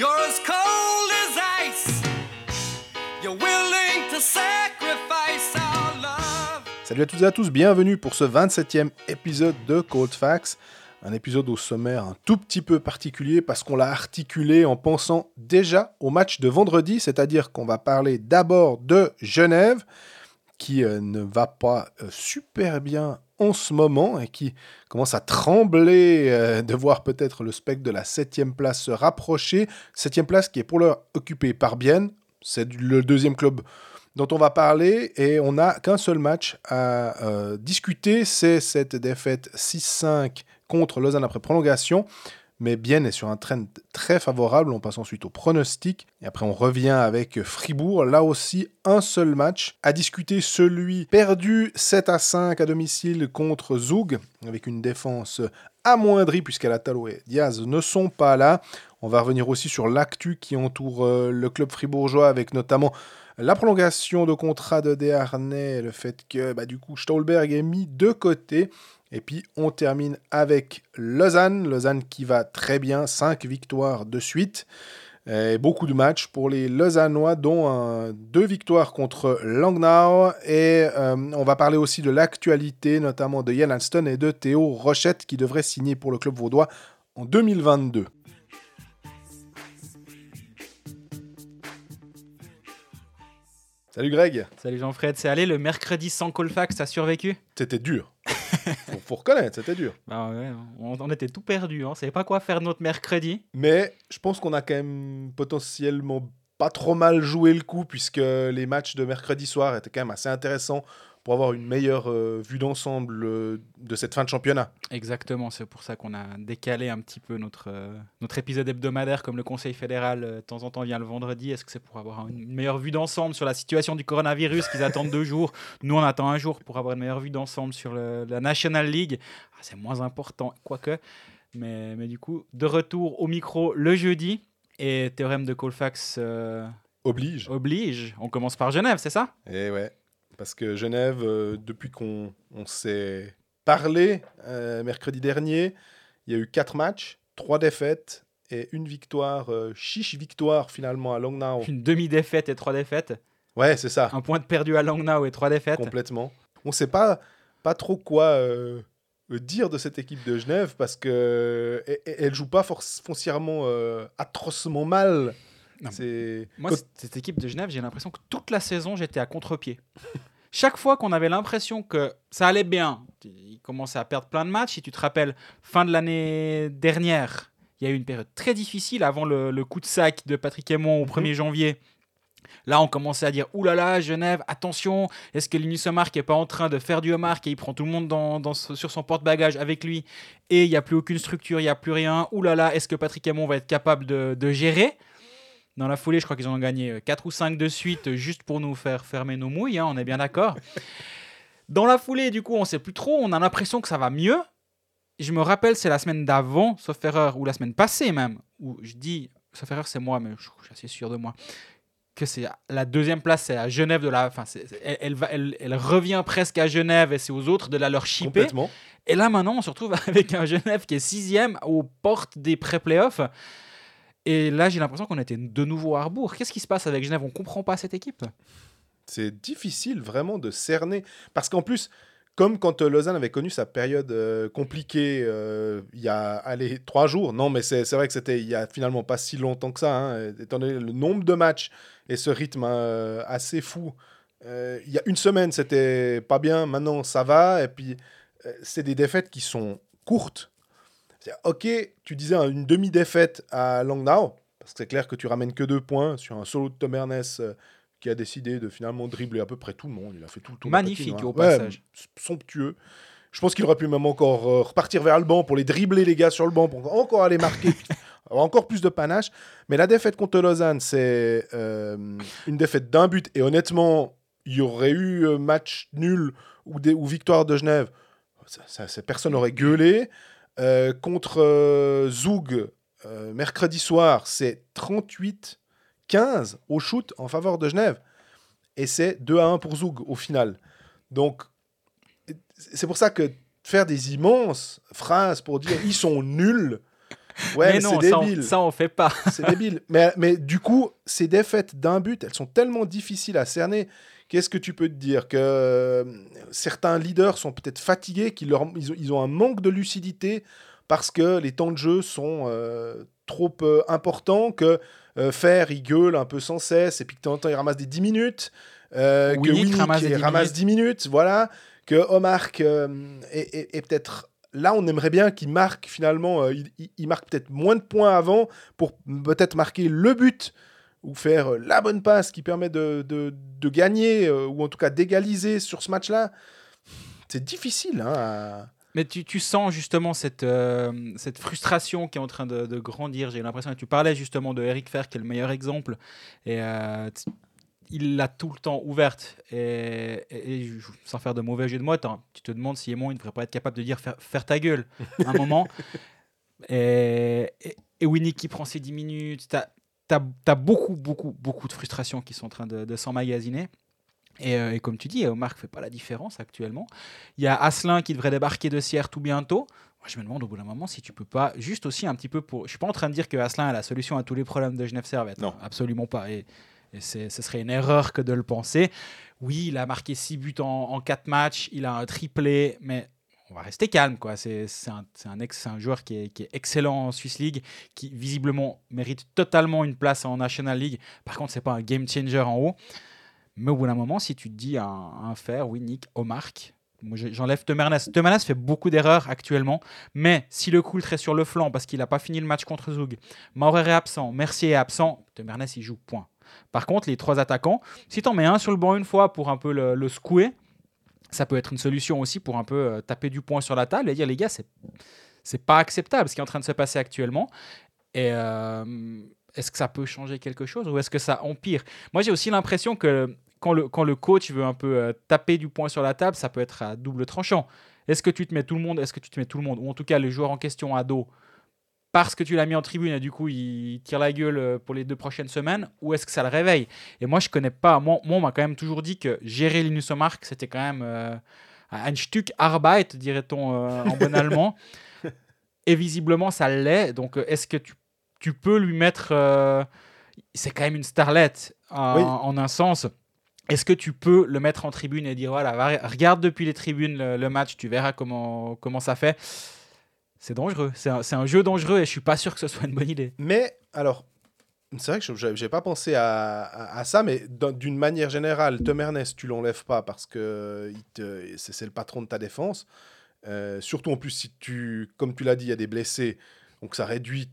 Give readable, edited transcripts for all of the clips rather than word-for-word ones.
You're as cold as ice. You're willing to sacrifice our love. Salut à toutes et à tous, bienvenue pour ce 27e épisode de Cold Facts. Un épisode au sommaire un tout petit peu particulier parce qu'on l'a articulé en pensant déjà au match de vendredi, c'est-à-dire qu'on va parler d'abord de Genève, qui ne va pas super bien en ce moment et qui commence à trembler de voir peut-être le spectre de la 7e place se rapprocher. 7e place qui est pour l'heure occupée par Bienne, c'est le deuxième club dont on va parler, et on n'a qu'un seul match à discuter, c'est cette défaite 6-5 contre Lausanne après prolongation. Mais Bienne est sur un trend très favorable. On passe ensuite au pronostic. Et après, on revient avec Fribourg. Là aussi, un seul match à discuter. Celui perdu 7-5 à domicile contre Zug, avec une défense amoindrie, puisqu'Alatalo et Diaz ne sont pas là. On va revenir aussi sur l'actu qui entoure le club fribourgeois, avec notamment la prolongation de contrat de Desharnais, le fait que du coup Stolberg est mis de côté. Et puis on termine avec Lausanne qui va très bien, 5 victoires de suite. Et beaucoup de matchs pour les Lausannois, dont 2 victoires contre Langnau. Et on va parler aussi de l'actualité, notamment de Jan Alston et de Théo Rochette, qui devraient signer pour le club vaudois en 2022. Salut Greg. Salut Jean-Fred, c'est allé le mercredi sans Colfax, t'as survécu? C'était dur. faut reconnaître, c'était dur. Bah ouais, on était tout perdus, on savait pas quoi faire notre mercredi. Mais je pense qu'on a quand même potentiellement pas trop mal joué le coup, puisque les matchs de mercredi soir étaient quand même assez intéressants pour avoir une meilleure vue d'ensemble de cette fin de championnat. Exactement, c'est pour ça qu'on a décalé un petit peu notre épisode hebdomadaire, comme le Conseil fédéral de temps en temps vient le vendredi. Est-ce que c'est pour avoir une meilleure vue d'ensemble sur la situation du coronavirus qu'ils attendent 2 jours? Nous, on attend 1 jour pour avoir une meilleure vue d'ensemble sur la National League. C'est moins important, quoique. Mais du coup, de retour au micro le jeudi. Et théorème de Colfax Oblige. On commence par Genève, c'est ça? Et ouais, parce que Genève, depuis qu'on s'est parlé mercredi dernier, il y a eu 4 matchs, 3 défaites et 1 victoire, chiche victoire finalement à Langnau. Une demi-défaite et 3 défaites. Ouais, c'est ça. 1 point de perdu à Langnau et 3 défaites. Complètement. On ne sait pas trop quoi dire de cette équipe de Genève, parce qu'elle ne joue pas foncièrement atrocement mal. Moi, cette équipe de Genève, j'ai l'impression que toute la saison, j'étais à contre-pied. Chaque fois qu'on avait l'impression que ça allait bien, ils commençaient à perdre plein de matchs. Si tu te rappelles, fin de l'année dernière, il y a eu une période très difficile avant le coup de sac de Patrick Aymon au 1er janvier. Là, on commençait à dire « Ouh là là, Genève, attention, est-ce que Linus Omark n'est pas en train de faire du Omark et il prend tout le monde sur son porte-bagages avec lui et il n'y a plus aucune structure, il n'y a plus rien. Ouh là là, est-ce que Patrick Aymon va être capable de gérer ?» Dans la foulée, je crois qu'ils en ont gagné 4 ou 5 de suite juste pour nous faire fermer nos mouilles, on est bien d'accord. Dans la foulée, du coup, on ne sait plus trop, on a l'impression que ça va mieux. Je me rappelle, c'est la semaine d'avant, sauf erreur, ou la semaine passée même, où je dis, sauf erreur, c'est moi, mais je suis assez sûr de moi, que c'est la 2e place, c'est à Genève elle revient presque à Genève et c'est aux autres de la leur chipper. Complètement. Et là, maintenant, on se retrouve avec un Genève qui est 6e aux portes des pré-playoffs. Et là, j'ai l'impression qu'on était de nouveau à rebours. Qu'est-ce qui se passe avec Genève? On ne comprend pas cette équipe. C'est difficile vraiment de cerner. Parce qu'en plus, comme quand Lausanne avait connu sa période compliquée il y a 3 jours, non, mais c'est vrai que c'était il y a finalement pas si longtemps que ça, étant donné le nombre de matchs et ce rythme assez fou. Il y a 1 semaine, c'était pas bien, maintenant ça va. Et puis, c'est des défaites qui sont courtes. Ok, tu disais une demi-défaite à Langnau, parce que c'est clair que tu ramènes que 2 points sur un solo de Tom Ernest qui a décidé de finalement dribbler à peu près tout le monde. Il a fait tout le tour. Magnifique au passage. Somptueux. Je pense qu'il aurait pu même encore repartir vers le banc pour les dribbler les gars sur le banc, pour encore aller marquer, avoir encore plus de panache. Mais la défaite contre Lausanne, c'est une défaite d'1 but. Et honnêtement, il y aurait eu match nul ou victoire de Genève. Personne n'aurait gueulé. Contre Zug, mercredi soir, c'est 38-15 au shoot en faveur de Genève. Et c'est 2-1 pour Zug au final. Donc, c'est pour ça que faire des immenses phrases pour dire « ils sont nuls », Ouais, mais non, c'est débile. Ça on fait pas. C'est débile. Mais du coup, ces défaites d'un but, elles sont tellement difficiles à cerner. Qu'est-ce que tu peux te dire? Que certains leaders sont peut-être fatigués, ils ont un manque de lucidité parce que les temps de jeu sont trop importants, que Fer, il gueule un peu sans cesse, et puis que de temps en temps, il ramasse des 10 minutes. Que Winnick ramasse 10 minutes, voilà. Que Omar est peut-être... Là, on aimerait bien qu'il marque finalement, il marque peut-être moins de points avant pour peut-être marquer le but ou faire la bonne passe qui permet de gagner ou en tout cas d'égaliser sur ce match-là. C'est difficile. Hein, Mais tu sens justement cette frustration qui est en train de grandir. J'ai l'impression que tu parlais justement de Eric Fer, qui est le meilleur exemple. Et il l'a tout le temps ouverte. Et sans faire de mauvais jeu de mots, tu te demandes si Aimon il ne devrait pas être capable de dire faire ta gueule à un moment. Et Winnick qui prend ses 10 minutes. T'as beaucoup de frustrations qui sont en train de s'emmagasiner. Et comme tu dis, Omar ne fait pas la différence actuellement. Il y a Asselin qui devrait débarquer de Sierre tout bientôt. Moi, je me demande au bout d'un moment si tu peux pas, juste aussi un petit peu pour... Je ne suis pas en train de dire que Asselin a la solution à tous les problèmes de Genève Servette. Non. Absolument pas. Et ce serait une erreur que de le penser. Oui, il a marqué 6 buts en 4 matchs. Il a un triplé, mais on va rester calme, quoi. C'est un joueur qui est excellent en Swiss League, qui visiblement mérite totalement une place en National League. Par contre, ce n'est pas un game changer en haut. Mais au bout d'un moment, si tu te dis un Fer, Winnick, Omar, moi j'enlève Temernes. Temernes fait beaucoup d'erreurs actuellement, mais si le Coultre est sur le flanc parce qu'il n'a pas fini le match contre Zug, Maurer est absent, Mercier est absent, Temernes il joue, point. Par contre, les 3 attaquants, si tu en mets un sur le banc une fois pour un peu le secouer, ça peut être une solution aussi pour un peu taper du poing sur la table et dire les gars, c'est pas acceptable ce qui est en train de se passer actuellement. Et est-ce que ça peut changer quelque chose ou est-ce que ça empire? Moi, j'ai aussi l'impression que quand le coach veut un peu taper du poing sur la table, ça peut être à double tranchant. Est-ce que tu te mets tout le monde, ou en tout cas le joueur en question à dos, parce que tu l'as mis en tribune et du coup il tire la gueule pour les 2 prochaines semaines, ou est-ce que ça le réveille? Et moi, je connais pas. Moi, on m'a quand même toujours dit que gérer Linus Omar, c'était quand même ein Stück Arbeit, dirait-on en bon allemand. Et visiblement, ça l'est. Donc, est-ce que tu peux lui mettre... c'est quand même une starlette en un sens. Est-ce que tu peux le mettre en tribune et dire, voilà, regarde depuis les tribunes le match, tu verras comment ça fait. C'est dangereux. C'est un jeu dangereux et je ne suis pas sûr que ce soit une bonne idée. Mais, alors, c'est vrai que je n'avais pas pensé à ça, mais d'une manière générale, Temernes, tu l'enlèves pas parce que c'est le patron de ta défense. Surtout en plus, si comme tu l'as dit, il y a des blessés, donc ça réduit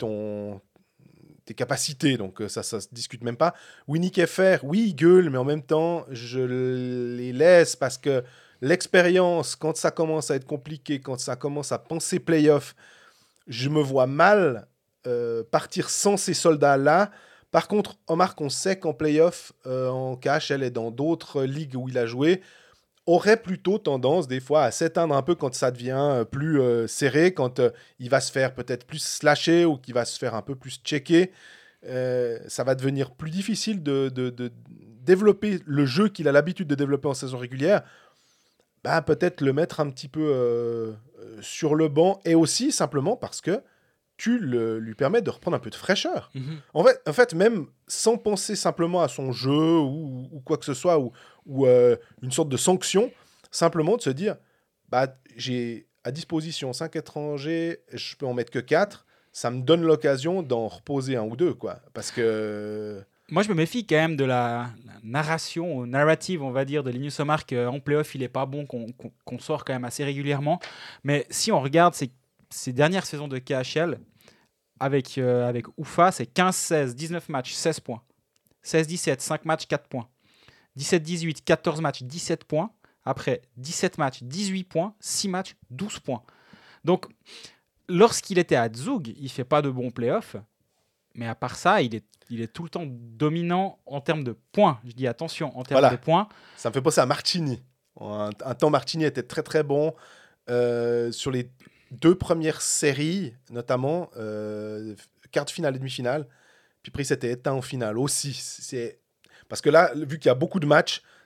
tes capacités, donc ça se discute même pas. Winnick FR, oui, il gueule, mais en même temps, je les laisse parce que l'expérience, quand ça commence à être compliqué, quand ça commence à penser play-off, je me vois mal partir sans ces soldats-là. Par contre, Omar, on sait qu'en play-off, en KHL et dans d'autres ligues où il a joué, aurait plutôt tendance des fois à s'éteindre un peu quand ça devient plus serré, quand il va se faire peut-être plus slasher ou qu'il va se faire un peu plus checker. Ça va devenir plus difficile de développer le jeu qu'il a l'habitude de développer en saison régulière. Bah, peut-être le mettre un petit peu sur le banc, et aussi simplement parce que tu lui permets de reprendre un peu de fraîcheur. Mm-hmm. En fait, même sans penser simplement à son jeu ou quoi que ce soit, ou une sorte de sanction, simplement de se dire, bah, j'ai à disposition 5 étrangers, je peux en mettre que 4, ça me donne l'occasion d'en reposer 1 ou 2, quoi. Parce que... Moi, je me méfie quand même de la narrative, on va dire, de Linus Omar, qu'en play-off, il n'est pas bon, qu'on sort quand même assez régulièrement. Mais si on regarde ces dernières saisons de KHL, avec Oufa, c'est 15-16, 19 matchs, 16 points. 16-17, 5 matchs, 4 points. 17-18, 14 matchs, 17 points. Après, 17 matchs, 18 points. 6 matchs, 12 points. Donc, lorsqu'il était à Zug, il ne fait pas de bons playoffs. Mais à part ça, il est tout le temps dominant en termes de points. Je dis attention, en termes de points. Ça me fait penser à Martini. Un temps, Martini était très très bon sur les 2 premières séries, notamment quart de finale et demi-finale. Puis après, c'était éteint en finale aussi. Parce que là, vu qu'il y a beaucoup de matchs,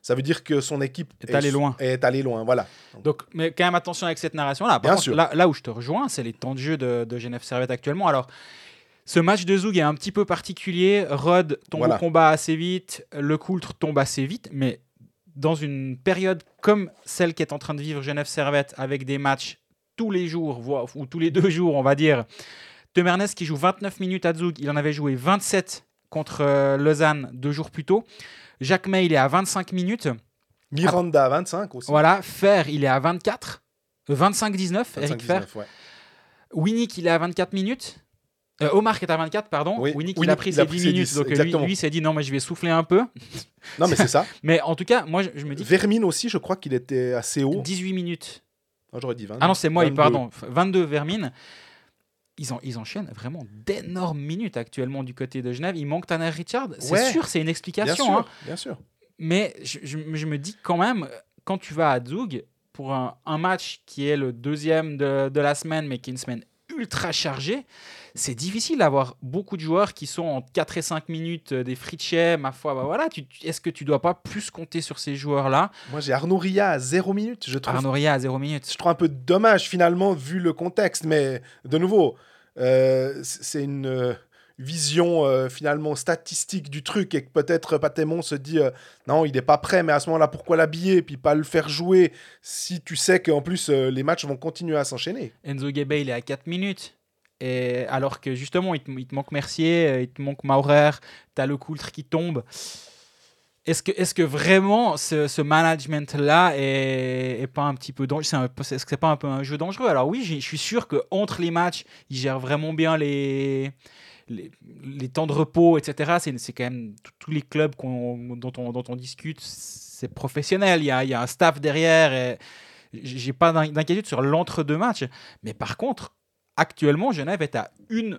ça veut dire que son équipe est allée loin. Voilà. Donc, mais quand même attention avec cette narration-là. Par contre, là où je te rejoins, c'est les temps de jeu de Genève Servette actuellement. Alors, ce match de Zug est un petit peu particulier. Rod tombe au combat assez vite, Le Coultre tombe assez vite, mais dans une période comme celle qu'est en train de vivre Genève Servette, avec des matchs tous les jours, ou tous les 2 jours, on va dire. Temernes qui joue 29 minutes à Zug, il en avait joué 27 contre Lausanne 2 jours plus tôt. Jacques May, il est à 25 minutes. Miranda à 25 aussi. Voilà, Fer, il est à 24. 25-19, Eric Fer. Ouais. Winnick, il est à 24 minutes. Omar qui est à 24, pardon. Oui, Winnick, il a pris ses 10 minutes. Donc lui s'est dit non, mais je vais souffler un peu. Non, mais c'est ça. Mais en tout cas, moi, je me dis... Vermine aussi, je crois qu'il était assez haut. 18 minutes. Oh, j'aurais dit 20. Ah non, c'est moi, pardon. 22 Vermine. Ils enchaînent vraiment d'énormes minutes actuellement du côté de Genève. Il manque Tanner Richard. C'est sûr, c'est une explication. Bien sûr. Mais je me dis quand même, quand tu vas à Zug, pour un match qui est le 2e de la semaine, mais qui est une semaine ultra chargée, c'est difficile d'avoir beaucoup de joueurs qui sont en 4 et 5 minutes des Fritschet, ma foi. Voilà, est-ce que tu ne dois pas plus compter sur ces joueurs-là ? Moi, j'ai Arnaud Ria à 0 minutes. Arnaud Ria à 0 minutes. Je trouve un peu dommage, finalement, vu le contexte. Mais, de nouveau, c'est une vision, finalement, statistique du truc. Et que peut-être Patémon se dit non, il n'est pas prêt, mais à ce moment-là, pourquoi l'habiller et puis pas le faire jouer si tu sais qu'en plus, les matchs vont continuer à s'enchaîner. Enzo Guébé, il est à 4 minutes. Et alors que justement, il te manque Mercier, il te manque Maurer, tu as Le Coultre qui tombe. Est-ce que vraiment ce management-là est pas un petit peu dangereux ? Est-ce que c'est pas un peu un jeu dangereux ? Alors oui, je suis sûr qu'entre les matchs, ils gèrent vraiment bien les temps de repos, etc. C'est quand même tous les clubs dont on discute, c'est professionnel. Il y a un staff derrière et j'ai pas d'inquiétude sur l'entre-deux matchs. Mais par contre, actuellement, Genève est à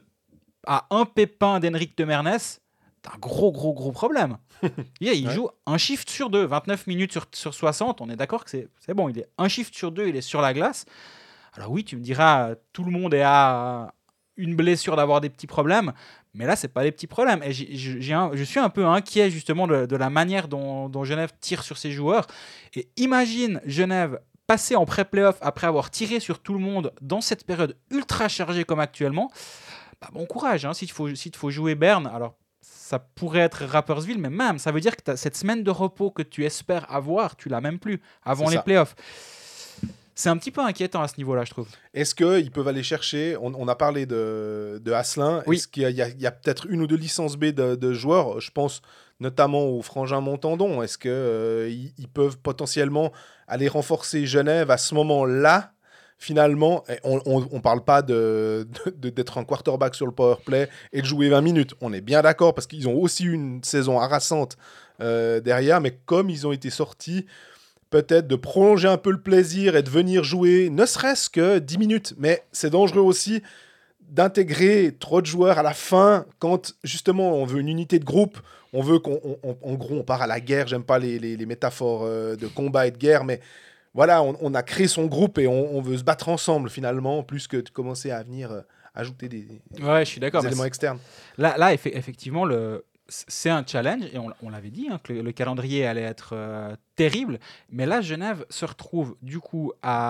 un pépin d'Henrik Temernes. C'est un gros problème. Il joue un shift sur 2, 29 minutes sur 60. On est d'accord que c'est bon. Il est un shift sur 2, il est sur la glace. Alors oui, tu me diras, tout le monde est à une blessure d'avoir des petits problèmes. Mais là, c'est pas des petits problèmes. Et je suis un peu inquiet justement de la manière dont Genève tire sur ses joueurs. Et imagine Genève passer en pré-playoff après avoir tiré sur tout le monde dans cette période ultra chargée comme actuellement. Bon courage, s'il te faut jouer Berne. Alors, ça pourrait être Rapperswil, mais même, ça veut dire que cette semaine de repos que tu espères avoir, tu l'as même plus avant les playoffs. C'est un petit peu inquiétant à ce niveau-là, je trouve. Est-ce qu'ils peuvent aller chercher, on a parlé de Asselin, oui. Est-ce qu'il y a peut-être 1 ou 2 licences B de joueurs, je pense notamment au Frangin Montandon, est-ce qu'ils peuvent potentiellement aller renforcer Genève à ce moment-là? Finalement, on ne parle pas d'être un quarterback sur le powerplay et de jouer 20 minutes. On est bien d'accord parce qu'ils ont aussi eu une saison harassante derrière, mais comme ils ont été sortis, peut-être de prolonger un peu le plaisir et de venir jouer, ne serait-ce que 10 minutes. Mais c'est dangereux aussi d'intégrer trop de joueurs à la fin quand, justement, on veut une unité de groupe. On veut en gros, on part à la guerre. J'aime pas les métaphores de combat et de guerre, mais voilà, on a créé son groupe et on veut se battre ensemble, finalement, plus que de commencer à venir ajouter des je suis d'accord, éléments externes. Là effectivement, c'est un challenge, et on l'avait dit, que le calendrier allait être terrible, mais là, Genève se retrouve du coup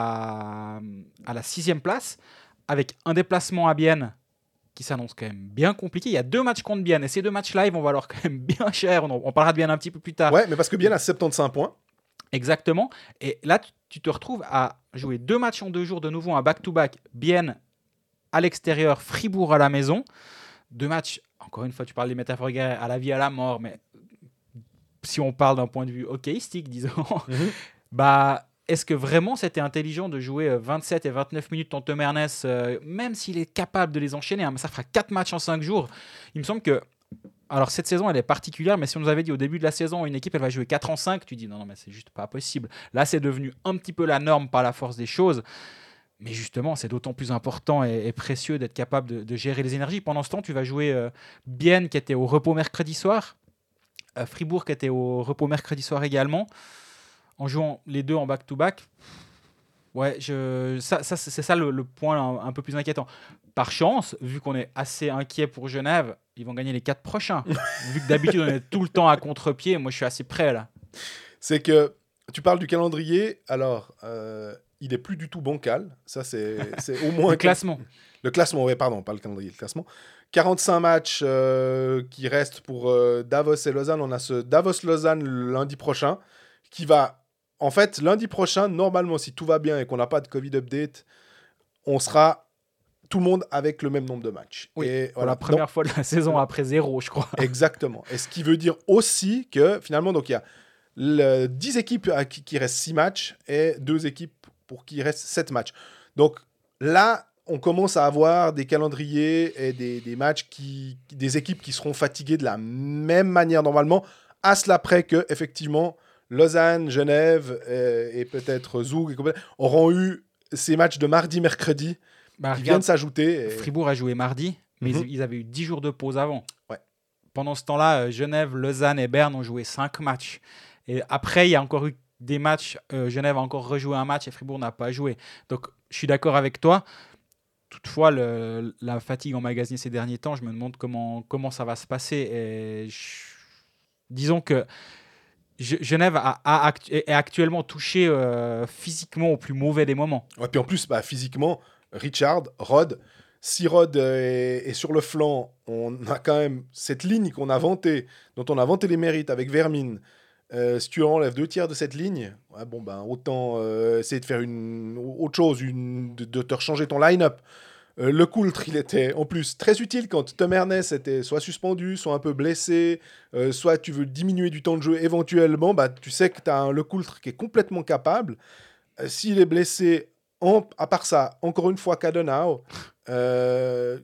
à la 6e place, avec un déplacement à Bienne qui s'annonce quand même bien compliqué. Il y a 2 matchs contre Bienne, et ces 2 matchs live, on va leur quand même bien cher. On parlera de Bienne un petit peu plus tard. Ouais, mais parce que Bienne a 75 points. Exactement. Et là, tu te retrouves à jouer 2 matchs en 2 jours, de nouveau un back-to-back. Bienne à l'extérieur, Fribourg à la maison. 2 matchs, encore une fois, tu parles des métaphores à la vie, à la mort, mais si on parle d'un point de vue hockeyistique, disons, est-ce que vraiment c'était intelligent de jouer 27 et 29 minutes en Temernes, même s'il est capable de les enchaîner, mais ça fera 4 matchs en 5 jours. Il me semble que, alors cette saison elle est particulière, mais si on nous avait dit au début de la saison une équipe elle va jouer 4 en 5, tu dis non mais c'est juste pas possible. Là c'est devenu un petit peu la norme par la force des choses. Mais justement, c'est d'autant plus important et précieux d'être capable de gérer les énergies. Pendant ce temps, tu vas jouer Bienne qui était au repos mercredi soir, Fribourg qui était au repos mercredi soir également, en jouant les 2 en back-to-back. Ouais, c'est ça le point un peu plus inquiétant. Par chance, vu qu'on est assez inquiet pour Genève, ils vont gagner les 4 prochains. Vu que d'habitude, on est tout le temps à contre-pied, moi je suis assez prêt là. c'est que tu parles du calendrier, alors il est plus du tout bancal. Ça, c'est au moins... Le classement. Le classement, oui, pardon, pas le calendrier, le classement. 45 matchs qui restent pour Davos et Lausanne. On a ce Davos-Lausanne lundi prochain qui va... En fait, lundi prochain, normalement, si tout va bien et qu'on n'a pas de Covid update, on sera tout le monde avec le même nombre de matchs. Oui, et pour la première fois de la saison après 0, je crois. Exactement. Et ce qui veut dire aussi que finalement, donc il y a 10 équipes à qui restent 6 matchs et 2 équipes pour qui restent 7 matchs. Donc là, on commence à avoir des calendriers et des matchs des équipes qui seront fatiguées de la même manière normalement, à cela près que, effectivement, Lausanne, Genève et peut-être Zug auront eu ces matchs de mardi, mercredi qui viennent s'ajouter. Fribourg a joué mardi, mais ils avaient eu 10 jours de pause avant. Ouais. Pendant ce temps-là, Genève, Lausanne et Berne ont joué 5 matchs. Et après, il y a encore eu des matchs. Genève a encore rejoué un match et Fribourg n'a pas joué. Donc, je suis d'accord avec toi. Toutefois, la fatigue emmagasinée ces derniers temps, je me demande comment ça va se passer. Et disons que Genève est actuellement touché physiquement au plus mauvais des moments. Ouais, puis en plus, physiquement, Richard, Rod, si Rod est sur le flanc, on a quand même cette ligne qu'on a vantée, dont on a vanté les mérites avec Vermin. Si tu enlèves 2 tiers de cette ligne, autant essayer de faire autre chose, de te rechanger ton line-up. Le Coultre, il était en plus très utile quand Tom Ernest était soit suspendu, soit un peu blessé, soit tu veux diminuer du temps de jeu éventuellement, tu sais que tu as un Le Coultre qui est complètement capable. S'il est blessé, à part ça, encore une fois, Cadenau, tu as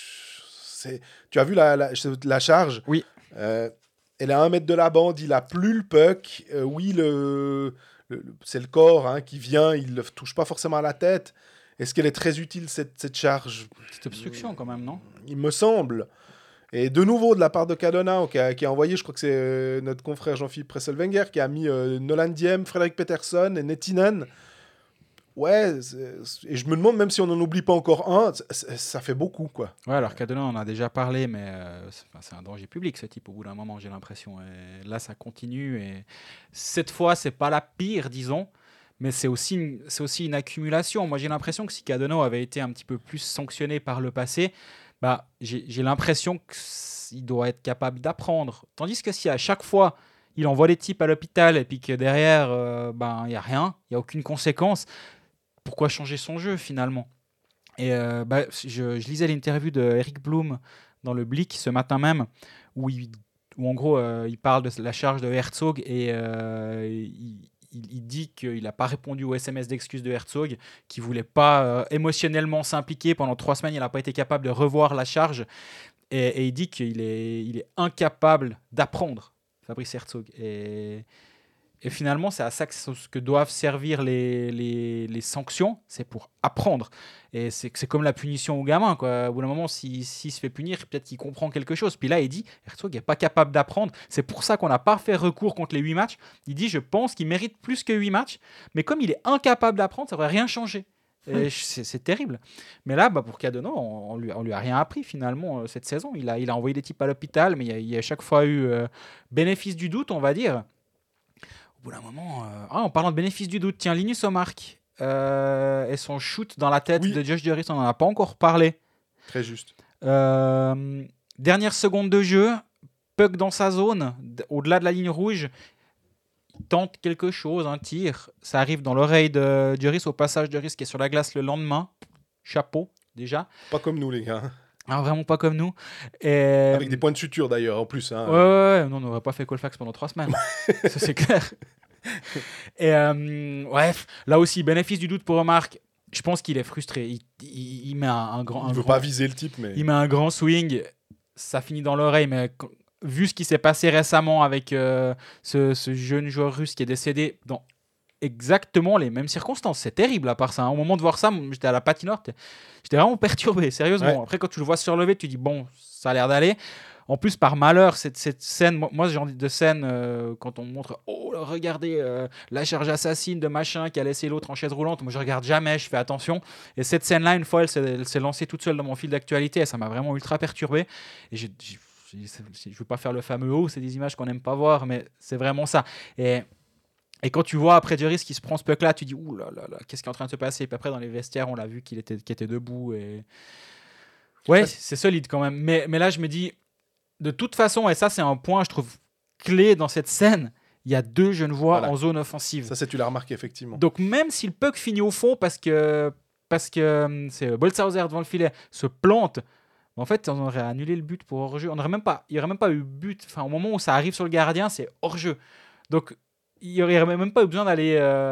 vu la charge? Oui. Elle est à 1 mètre de la bande, il a plus le puck. Oui, c'est le corps qui vient, il ne touche pas forcément à la tête. Est-ce qu'elle est très utile, cette charge? Petite obstruction quand même, non? Il me semble. Et de nouveau, de la part de Cadenau, qui a envoyé, je crois que c'est notre confrère Jean-Philippe Presselwenger, qui a mis Nolan Diem, Frédéric Peterson et Nettinen. Ouais, et je me demande, même si on n'en oublie pas encore un, ça fait beaucoup, quoi. Ouais, alors Cadenau, on en a déjà parlé, mais c'est un danger public, ce type, au bout d'un moment, j'ai l'impression. Et là, ça continue. Et cette fois, c'est pas la pire, disons. Mais c'est aussi une accumulation. Moi, j'ai l'impression que si Cadenau avait été un petit peu plus sanctionné par le passé, j'ai l'impression qu'il doit être capable d'apprendre. Tandis que si à chaque fois, il envoie des types à l'hôpital et puis que derrière, il n'y a rien, il n'y a aucune conséquence, pourquoi changer son jeu finalement? Et je lisais l'interview de Eric Bloom dans le Blick ce matin même, où en gros, il parle de la charge de Herzog et il dit qu'il n'a pas répondu au SMS d'excuses de Herzog, qu'il ne voulait pas émotionnellement s'impliquer. Pendant 3 semaines, il n'a pas été capable de revoir la charge. Et il dit qu'il est incapable d'apprendre, Fabrice Herzog. Et finalement, c'est à ça que doivent servir les sanctions, c'est pour apprendre. Et c'est comme la punition au gamin, quoi. Au bout d'un moment, s'il se fait punir, peut-être qu'il comprend quelque chose. Puis là, il dit, Herzog n'est pas capable d'apprendre. C'est pour ça qu'on n'a pas fait recours contre les 8 matchs. Il dit, je pense qu'il mérite plus que 8 matchs. Mais comme il est incapable d'apprendre, ça ne va rien changer. Et c'est terrible. Mais là, pour Cadenau, on lui a rien appris finalement cette saison. Il a envoyé des types à l'hôpital, mais il y a chaque fois eu bénéfice du doute, on va dire. Au bout d'un moment, en parlant de bénéfice du doute, tiens, Linus Omark et son shoot dans la tête de Josh Duris, on n'en a pas encore parlé. Très juste. Dernière seconde de jeu, puck dans sa zone, au-delà de la ligne rouge, il tente quelque chose, un tir, ça arrive dans l'oreille de Duris, au passage de Duris qui est sur la glace le lendemain. Chapeau, déjà. Pas comme nous, les gars. Ah, vraiment pas comme nous. Avec des points de suture d'ailleurs, en plus. Ouais, non, on n'aurait pas fait Colfax pendant 3 semaines. Ça, c'est clair. Et bref, là aussi, bénéfice du doute pour Omark. Je pense qu'il est frustré. Il met un grand. Il ne veut pas viser le type, mais. Il met un grand swing. Ça finit dans l'oreille, mais vu ce qui s'est passé récemment avec ce jeune joueur russe qui est décédé dans exactement les mêmes circonstances. C'est terrible à part ça. Au moment de voir ça, j'étais à la patinoire, j'étais vraiment perturbé, sérieusement. Ouais. Après, quand tu le vois se relever, tu dis bon, ça a l'air d'aller. En plus, par malheur, cette scène, moi, ce genre de scène, quand on montre, oh, regardez, la charge assassine de machin qui a laissé l'autre en chaise roulante, moi, je regarde jamais, je fais attention. Et cette scène-là, une fois, elle s'est lancée toute seule dans mon fil d'actualité, et ça m'a vraiment ultra perturbé. Et je ne veux pas faire le fameux « oh », c'est des images qu'on n'aime pas voir, mais c'est vraiment ça. Et Et quand tu vois après Joris qui se prend ce puck-là, tu dis ouh là là là, qu'est-ce qui est en train de se passer? Et puis après, dans les vestiaires, on l'a vu qu'il était debout. Et... Ouais, c'est solide quand même. Mais là, je me dis, de toute façon, et ça, c'est un point, je trouve, clé dans cette scène, il y a 2 Genevois en zone offensive. Ça, tu l'as remarqué, effectivement. Donc, même si le puck finit au fond parce que c'est Boltzhauser devant le filet se plante, en fait, on aurait annulé le but pour hors-jeu. Il n'y aurait même pas eu but. Enfin, au moment où ça arrive sur le gardien, c'est hors-jeu. Donc, il n'y aurait même pas eu besoin d'aller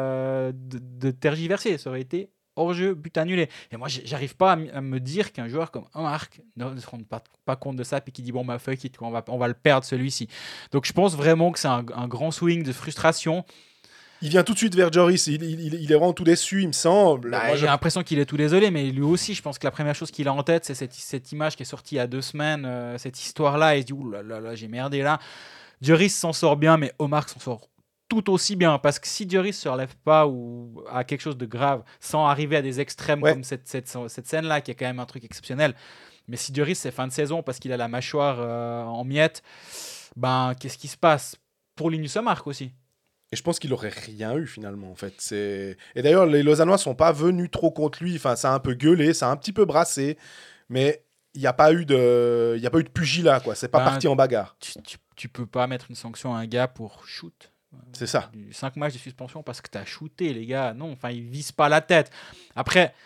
de tergiverser. Ça aurait été hors-jeu, but annulé. Et moi, j'arrive pas à me dire qu'un joueur comme Marc ne se rende pas compte de ça et qui dit bon, fuck it, on va le perdre celui-ci. Donc, je pense vraiment que c'est un grand swing de frustration. Il vient tout de suite vers Joris, il est vraiment tout déçu, il me semble. J'ai l'impression qu'il est tout désolé, mais lui aussi, je pense que la première chose qu'il a en tête, c'est cette image qui est sortie il y a 2 semaines, cette histoire-là, et il se dit ouh là là, j'ai merdé là. Joris s'en sort bien, mais Omar s'en sort tout aussi bien, parce que si Joris se relève pas ou a quelque chose de grave, sans arriver à des extrêmes comme cette scène-là, qui est quand même un truc exceptionnel, mais si Joris c'est fin de saison parce qu'il a la mâchoire en miettes, ben qu'est-ce qui se passe pour Linus Ullmark aussi? Et je pense qu'il n'aurait rien eu finalement en fait. Et d'ailleurs les Lausannois sont pas venus trop contre lui. Enfin, ça a un peu gueulé, ça a un petit peu brassé, mais il n'y a pas eu de pugilat quoi. C'est pas parti en bagarre. Tu peux pas mettre une sanction à un gars pour shoot. C'est ça. 5 matchs de suspension parce que tu as shooté les gars. Non, enfin ils visent pas la tête. Après,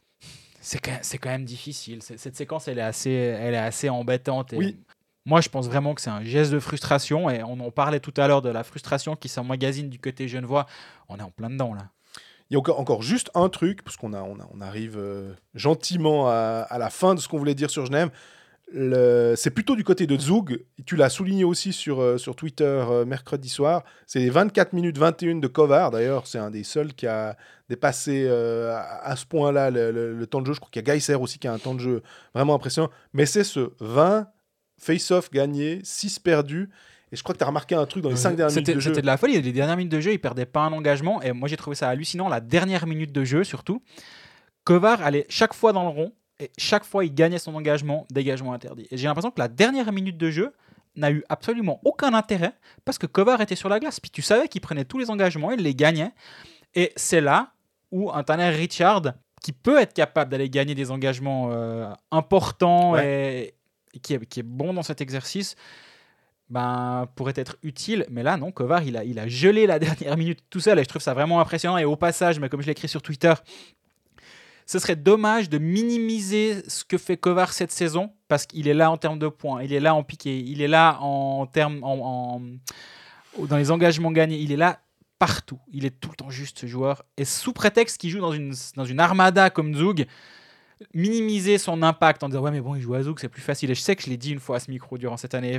c'est quand même difficile. Cette séquence elle est assez embêtante. Et oui. Moi, je pense vraiment que c'est un geste de frustration, et on en parlait tout à l'heure de la frustration qui s'emmagasine du côté genevois. On est en plein dedans, là. Il y a encore juste un truc, parce qu'on arrive gentiment à la fin de ce qu'on voulait dire sur Genève. C'est plutôt du côté de Zug. Tu l'as souligné aussi sur Twitter mercredi soir. C'est les 24 minutes 21 de Kovar. D'ailleurs, c'est un des seuls qui a dépassé à ce point-là le temps de jeu. Je crois qu'il y a Geiser aussi qui a un temps de jeu vraiment impressionnant. Mais c'est ce 20... face-off gagné, 6 perdus. Et je crois que tu as remarqué un truc dans les 5 dernières minutes de jeu. C'était de la folie. Les dernières minutes de jeu, il ne perdait pas un engagement. Et moi, j'ai trouvé ça hallucinant. La dernière minute de jeu, surtout. Kovar allait chaque fois dans le rond. Et chaque fois, il gagnait son engagement, dégagement interdit. Et j'ai l'impression que la dernière minute de jeu n'a eu absolument aucun intérêt parce que Kovar était sur la glace. Puis tu savais qu'il prenait tous les engagements, il les gagnait. Et c'est là où un Tanner Richard, qui peut être capable d'aller gagner des engagements importants et qui est bon dans cet exercice, pourrait être utile. Mais là, non, Kovar, il a gelé la dernière minute tout seul, et je trouve ça vraiment impressionnant. Et au passage, mais comme je l'ai écrit sur Twitter, ce serait dommage de minimiser ce que fait Kovar cette saison, parce qu'il est là en termes de points, il est là en piqué, il est là en termes dans les engagements gagnés, il est là partout. Il est tout le temps juste, ce joueur. Et sous prétexte qu'il joue dans une armada comme Zug, minimiser son impact en disant ouais mais bon il joue à Zug, c'est plus facile. Et je sais que je l'ai dit une fois à ce micro durant cette année.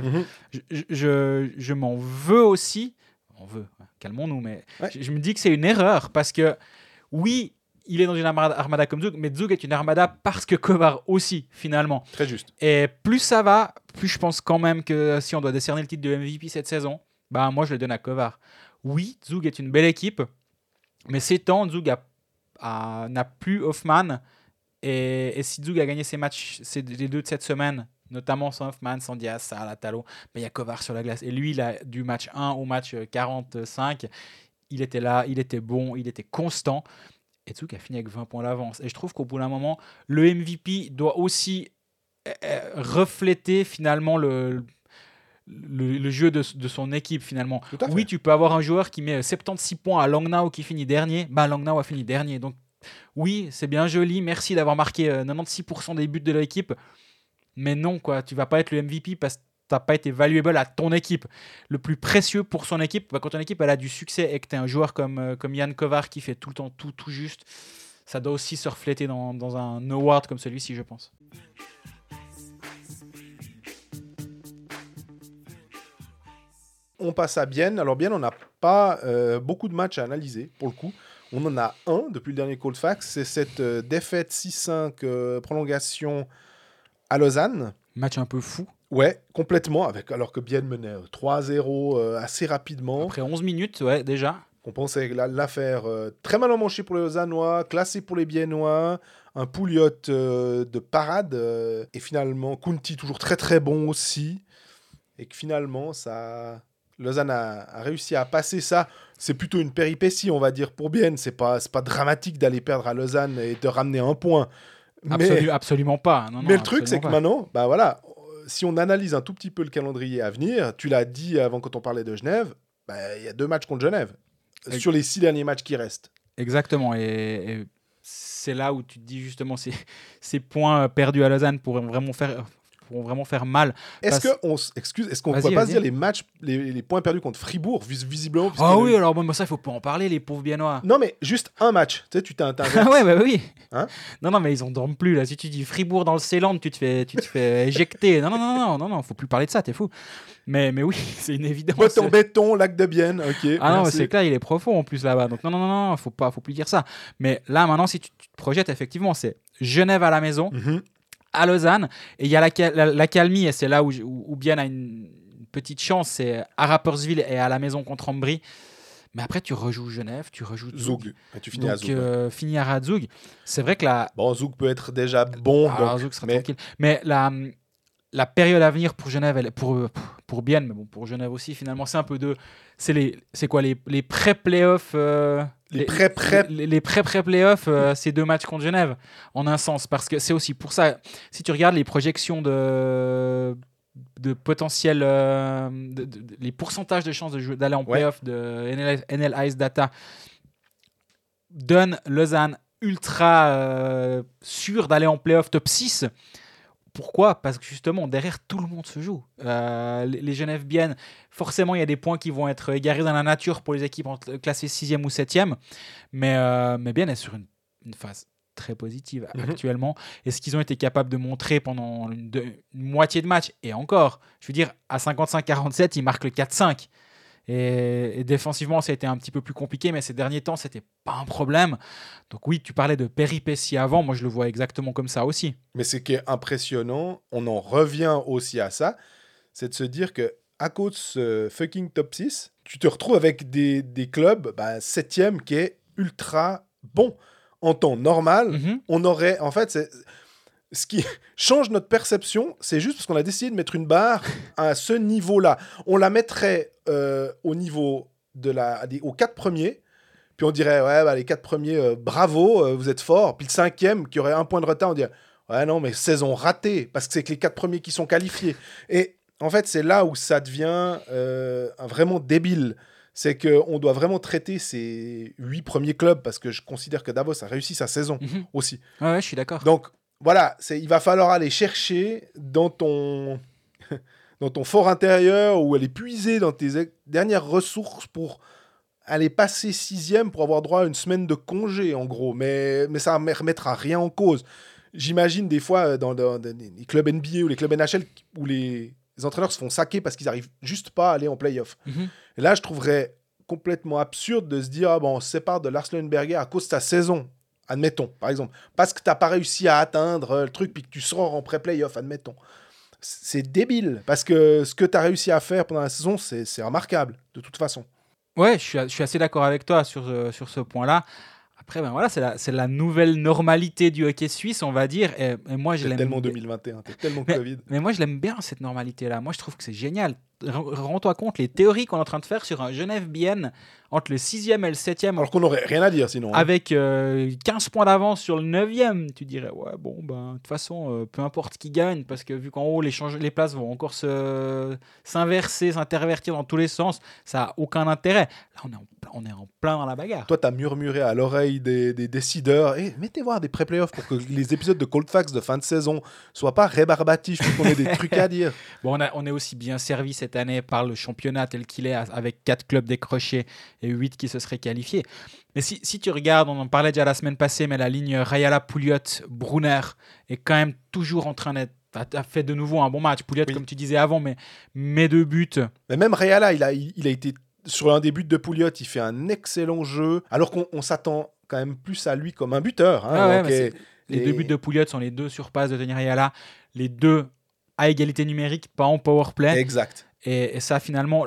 Je m'en veux aussi. Calmons-nous, mais je me dis que c'est une erreur, parce que oui, il est dans une armada comme Zug, mais Zug est une armada parce que Kovar aussi, finalement. Très juste. Et plus ça va, plus je pense quand même que si on doit décerner le titre de MVP cette saison, moi je le donne à Kovar. Oui, Zug est une belle équipe, mais ces temps, Zug n'a plus Hoffman. Et si Zug a gagné ses matchs, les 2 de cette semaine, notamment sans Hoffman, sans Diaz, Salah, Talo, il y a Kovar sur la glace. Et lui, du match 1 au match 45, il était là, il était bon, il était constant. Et Zug a fini avec 20 points d'avance. Et je trouve qu'au bout d'un moment, le MVP doit aussi refléter finalement le jeu de son équipe, finalement. Oui, tu peux avoir un joueur qui met 76 points à Langnau qui finit dernier. Langnau a fini dernier. Donc, oui, c'est bien joli. Merci d'avoir marqué 96% des buts de l'équipe. Mais non, quoi, tu vas pas être le MVP parce que tu n'as pas été valuable à ton équipe. Le plus précieux pour son équipe, quand ton équipe elle a du succès et que tu es un joueur comme Jan Kovar qui fait tout le temps tout juste, ça doit aussi se refléter dans un award comme celui-ci, je pense. On passe à Bienne. Alors Bienne, on n'a pas beaucoup de matchs à analyser, pour le coup. On en a un depuis le dernier Cold Facts. C'est cette défaite 6-5 prolongation à Lausanne. Match un peu fou. Ouais, complètement. Alors que Bienne menait 3-0 assez rapidement. Après 11 minutes, déjà. On pensait l'affaire très mal emmanchée pour les Lausannois, classée pour les Biennois, un Pouliot de parade. Et finalement, Kunti toujours très très bon aussi. Et que finalement, ça Lausanne a réussi à passer ça. C'est plutôt une péripétie, on va dire, pour Bienne. C'est pas dramatique d'aller perdre à Lausanne et de ramener un point. Absolument pas. Non, mais le truc, c'est que maintenant, bah voilà, si on analyse un tout petit peu le calendrier à venir, tu l'as dit avant quand on parlait de Genève, bah, y a 2 matchs contre Genève sur les 6 derniers matchs qui restent. Exactement. Et c'est là où tu te dis justement ces points perdus à Lausanne pourront vraiment faire mal. Est-ce qu'on ne pourrait pas se dire les matchs, les points perdus contre Fribourg, visiblement Ah oui, alors bon, ça, il ne faut pas en parler, les pauvres Biennois. Non, mais juste un match. Tu sais, tu t'inverses. Ah ouais, bah oui. Hein non, mais ils en dorment plus. Là. Si tu dis Fribourg dans le Ceyland, tu te fais éjecter. Non, faut plus parler de ça, t'es fou. Mais oui, c'est une évidence. Béton, lac de Bienne, ok. Non, mais c'est clair, il est profond en plus là-bas. Donc non, faut plus dire ça. Mais là, maintenant, si tu te projettes, effectivement, c'est Genève à la maison. À Lausanne, et il y a la calmie, et c'est là où Bienne a une petite chance, c'est à Rapperswil et à la maison contre Ambry. Mais après, tu rejoues Genève, tu rejoues Zug. Et tu finis à Zug. Finir à Zug. C'est vrai que Zug peut être déjà bon. Zug sera tranquille. Mais la période à venir pour Genève, pour Bienne, mais bon, pour Genève aussi, finalement, c'est un peu c'est quoi les pré-playoffs Les pré-playoffs, c'est 2 matchs contre Genève, en un sens, parce que c'est aussi pour ça, si tu regardes les projections de potentiel, les pourcentages de chances d'aller en playoff de NL Ice Data, donne Lausanne ultra sûr d'aller en playoff top 6. Pourquoi ? Parce que justement, derrière, tout le monde se joue. Les Genève Bienne, forcément, il y a des points qui vont être égarés dans la nature pour les équipes classées 6e ou 7e. Mais Bienne est sur une phase très positive actuellement. Et ce qu'ils ont été capables de montrer pendant une moitié de match, et encore, je veux dire, à 55-47, ils marquent le 4-5. Et défensivement, ça a été un petit peu plus compliqué, mais ces derniers temps, c'était pas un problème. Donc oui, tu parlais de péripéties avant, moi je le vois exactement comme ça aussi. Mais ce qui est impressionnant, on en revient aussi à ça, c'est de se dire que à cause de ce fucking top 6, tu te retrouves avec des clubs 7e qui est ultra bon. En temps normal, on aurait... En fait, ce qui change notre perception, c'est juste parce qu'on a décidé de mettre une barre à ce niveau-là. On la mettrait au niveau aux 4 premiers, puis on dirait, les 4 premiers, bravo, vous êtes forts. Puis le 5e, qui aurait 1 point de retard, on dirait, ouais, non, mais saison ratée, parce que c'est que les 4 premiers qui sont qualifiés. Et en fait, c'est là où ça devient vraiment débile. C'est qu'on doit vraiment traiter ces 8 premiers clubs, parce que je considère que Davos a réussi sa saison aussi. Ouais, je suis d'accord. Donc, voilà, il va falloir aller chercher dans ton fort intérieur ou aller puiser dans tes dernières ressources pour aller passer 6e pour avoir droit à une semaine de congé, en gros. Mais ça ne remettra rien en cause. J'imagine des fois dans les clubs NBA ou les clubs NHL où les entraîneurs se font saquer parce qu'ils n'arrivent juste pas à aller en play-off. Et là, je trouverais complètement absurde de se dire on se sépare de Lars Leuenberger à cause de sa saison. Admettons, par exemple. Parce que tu n'as pas réussi à atteindre le truc puis que tu sors en pré-playoff, admettons. C'est débile. Parce que ce que tu as réussi à faire pendant la saison, c'est remarquable, de toute façon. Ouais, je suis assez d'accord avec toi sur ce point-là. Après, voilà, c'est la nouvelle normalité du hockey suisse, on va dire. Et moi, je l'aime. Tellement 2021, t'es tellement Covid. Mais moi, je l'aime bien, cette normalité-là. Moi, je trouve que c'est génial. Rends-toi compte, les théories qu'on est en train de faire sur un Genève-Bienne entre le 6e et le 7e. Alors qu'on n'aurait rien à dire sinon. Avec 15 points d'avance sur le 9e. Tu dirais, ouais, bon, de toute façon, peu importe qui gagne, parce que vu qu'en haut, les places vont encore s'inverser, s'intervertir dans tous les sens, ça n'a aucun intérêt. Là, on est en plein dans la bagarre. Toi, tu as murmuré à l'oreille des décideurs. Mettez voir des pré-playoffs pour que les épisodes de Cold Facts de fin de saison soient pas rébarbatifs, pour qu'on ait des trucs à dire. Bon, on est aussi bien servi cette année par le championnat tel qu'il est, avec 4 clubs décrochés et 8 qui se seraient qualifiés. Mais si tu regardes, on en parlait déjà la semaine passée, mais la ligne Rajala, Pouliot, Brunner est quand même toujours en train d'être... a fait de nouveau un bon match. Pouliot, comme tu disais avant, mais 2 buts. Mais même Rajala, il a été... Sur l'un des buts de Pouliot, il fait un excellent jeu, alors qu'on s'attend quand même plus à lui comme un buteur. Les 2 buts de Pouliot sont les 2 sur passe de Tony Rajala, les 2 à égalité numérique, pas en powerplay. Exact. Et ça, finalement,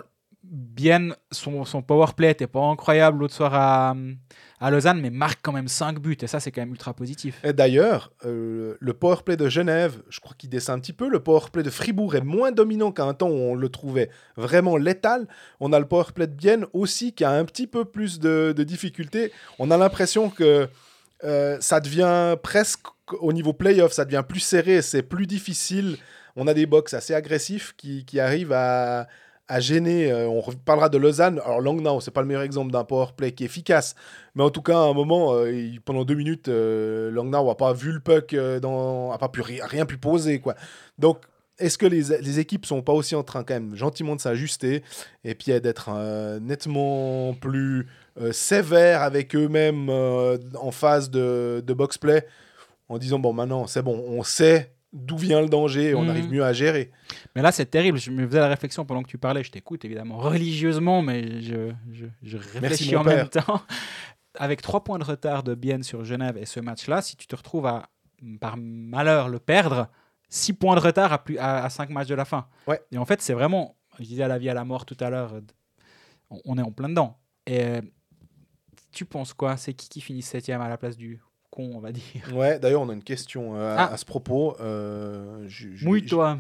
Bien, son powerplay n'était pas incroyable l'autre soir à Lausanne, mais marque quand même 5 buts. Et ça, c'est quand même ultra positif. Et d'ailleurs, le powerplay de Genève, je crois qu'il descend un petit peu. Le powerplay de Fribourg est moins dominant qu'à un temps où on le trouvait vraiment létal. On a le powerplay de Bienne aussi qui a un petit peu plus de difficultés. On a l'impression que ça devient presque, au niveau playoff, ça devient plus serré, c'est plus difficile. On a des box assez agressifs qui arrivent à gêner. On parlera de Lausanne. Alors Langnau, c'est pas le meilleur exemple d'un powerplay qui est efficace, mais en tout cas, à un moment, pendant 2 minutes, Langnau n'a pas vu le puck, n'a pas pu rien pu poser, quoi. Donc, est-ce que les équipes sont pas aussi en train quand même gentiment de s'ajuster et puis d'être nettement plus sévères avec eux-mêmes en phase de box-play, en disant bon, maintenant c'est bon, on sait d'où vient le danger et on arrive mieux à gérer. Mais là, c'est terrible. Je me faisais la réflexion pendant que tu parlais. Je t'écoute évidemment religieusement, mais je réfléchis en même temps. Avec 3 points de retard de Bienne sur Genève et ce match-là, si tu te retrouves à, par malheur, le perdre, 6 points de retard à 5 matchs de la fin. Ouais. Et en fait, c'est vraiment, je disais à la vie à la mort tout à l'heure, on est en plein dedans. Et tu penses quoi? C'est qui finit 7e à la place du con, on va dire? Ouais, d'ailleurs, on a une question à ce propos. Mouille-toi.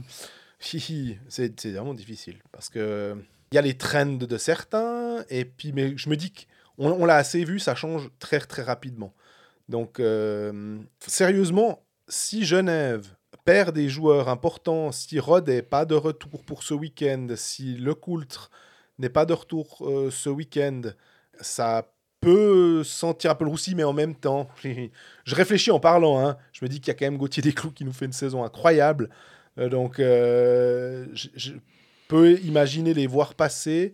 C'est vraiment difficile parce que il y a les trends de certains et puis mais je me dis qu'on l'a assez vu, ça change très très rapidement. Donc sérieusement, si Genève perd des joueurs importants, si Rod n'est pas de retour pour ce week-end, si Lecoultre n'est pas de retour ce week-end, ça peut sentir un peu le roussi, mais en même temps, je réfléchis en parlant. Hein. Je me dis qu'il y a quand même Gauthier Desclous qui nous fait une saison incroyable. Donc, je peux imaginer les voir passer.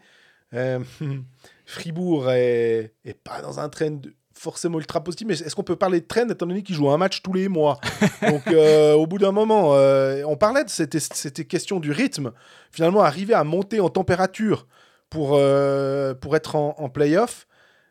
Fribourg est pas dans un trend forcément ultra positif, mais est-ce qu'on peut parler de trend étant donné qu'ils jouent un match tous les mois? Donc, au bout d'un moment, on parlait de cette question du rythme. Finalement, arriver à monter en température pour être en play-off.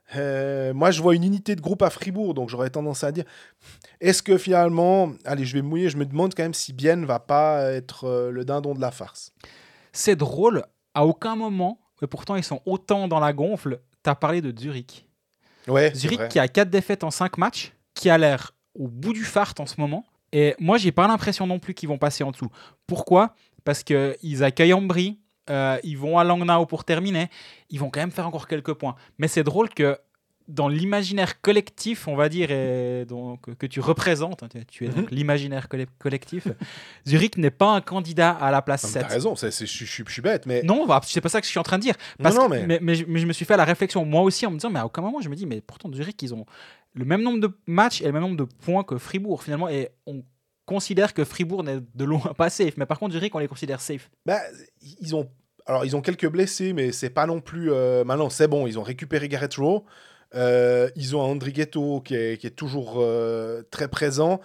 Moi, je vois une unité de groupe à Fribourg, donc j'aurais tendance à dire est-ce que finalement, allez, je vais me mouiller, je me demande quand même si Bienne va pas être le dindon de la farce. C'est drôle, à aucun moment, et pourtant ils sont autant dans la gonfle, tu as parlé de Zurich. Ouais, Zurich qui a 4 défaites en 5 matchs, qui a l'air au bout du fart en ce moment, et moi, j'ai pas l'impression non plus qu'ils vont passer en dessous. Pourquoi? Parce qu'ils accueillent Ambry. Ils vont à Langnau pour terminer. Ils vont quand même faire encore quelques points. Mais c'est drôle que dans l'imaginaire collectif, on va dire, et donc, que tu représentes, tu es donc l'imaginaire collectif, Zurich n'est pas un candidat à la place 7. T'as raison, je suis bête. Mais... Non, c'est pas ça que je suis en train de dire. Mais je me suis fait la réflexion, moi aussi, en me disant, mais à aucun moment, je me dis, mais pourtant, Zurich, ils ont le même nombre de matchs et le même nombre de points que Fribourg, finalement, et on considère que Fribourg n'est de loin pas safe. Mais par contre, Zurich, on les considère safe. Ils ont quelques blessés, mais c'est pas non plus... maintenant, c'est bon, ils ont récupéré Garrett Rowe. Ils ont André Ghetto qui est toujours très présent.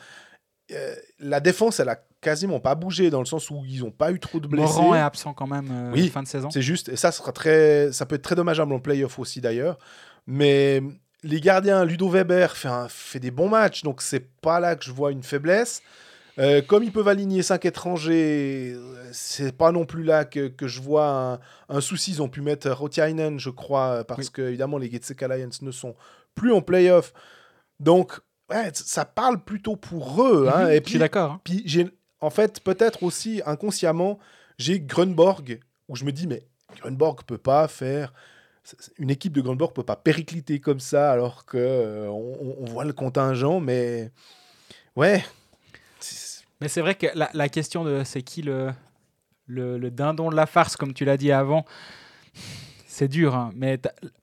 La défense, elle a quasiment pas bougé dans le sens où ils n'ont pas eu trop de blessés. Morand est absent quand même fin de saison. C'est juste. Et ça peut être très dommageable en play-off aussi d'ailleurs. Mais les gardiens, Ludo Weber fait des bons matchs, donc c'est pas là que je vois une faiblesse. Comme ils peuvent aligner 5 étrangers, c'est pas non plus là que je vois un souci. Ils ont pu mettre Rotiainen, je crois, parce que évidemment les Getseka Lions ne sont plus en play-off. Donc, ouais, ça parle plutôt pour eux. Hein. Et puis, je suis d'accord. Hein. Puis en fait, peut-être aussi inconsciemment, j'ai Grunborg, où je me dis, mais Grunborg peut pas faire... Une équipe de Grunborg peut pas péricliter comme ça, alors qu'on voit le contingent, mais... Ouais... Mais c'est vrai que la question de c'est qui le dindon de la farce, comme tu l'as dit avant, c'est dur. Hein, mais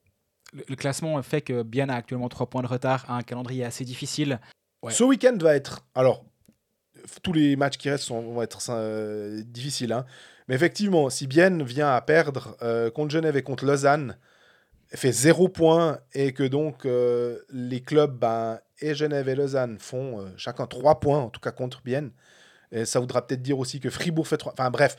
le classement fait que Bienne a actuellement 3 points de retard, a un calendrier assez difficile. Ouais. Ce week-end va être... Alors, tous les matchs qui restent vont être difficiles. Hein, mais effectivement, si Bienne vient à perdre contre Genève et contre Lausanne, fait 0 points et que donc les clubs... et Genève et Lausanne font chacun 3 points, en tout cas contre Bienne. Et ça voudra peut-être dire aussi que Fribourg fait 3... Enfin bref,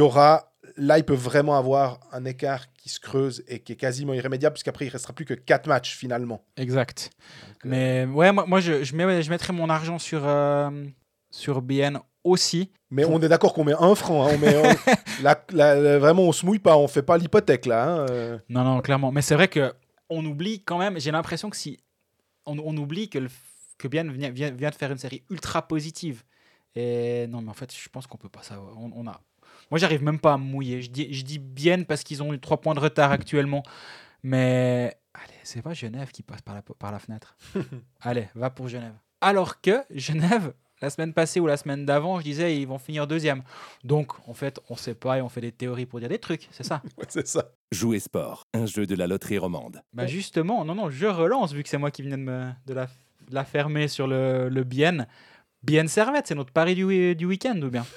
là, ils peuvent vraiment avoir un écart qui se creuse et qui est quasiment irrémédiable, puisqu'après, il ne restera plus que 4 matchs, finalement. Exact. Donc, mais ouais, moi je mettrais mon argent sur Bienne aussi. Mais on est d'accord qu'on met 1 franc. Hein, vraiment, on se mouille pas. On fait pas l'hypothèque là. Hein. Non, clairement. Mais c'est vrai qu'on oublie quand même. J'ai l'impression que si on oublie que Bien vient de faire une série ultra positive. Et non, mais en fait, je pense qu'on peut pas ça. Moi, j'arrive même pas à me mouiller. Je dis Bien parce qu'ils ont eu 3 points de retard actuellement. Mais allez, c'est pas Genève qui passe par la fenêtre. Allez, va pour Genève. Alors que Genève, la semaine passée ou la semaine d'avant, je disais ils vont finir 2e. Donc, en fait, on sait pas et on fait des théories pour dire des trucs, c'est ça. Ouais, c'est ça. Jouer sport, un jeu de la loterie romande. Bah justement, non, je relance vu que c'est moi qui venais de la fermer sur le Bien. Bien Servette, c'est notre pari du week-end ou bien?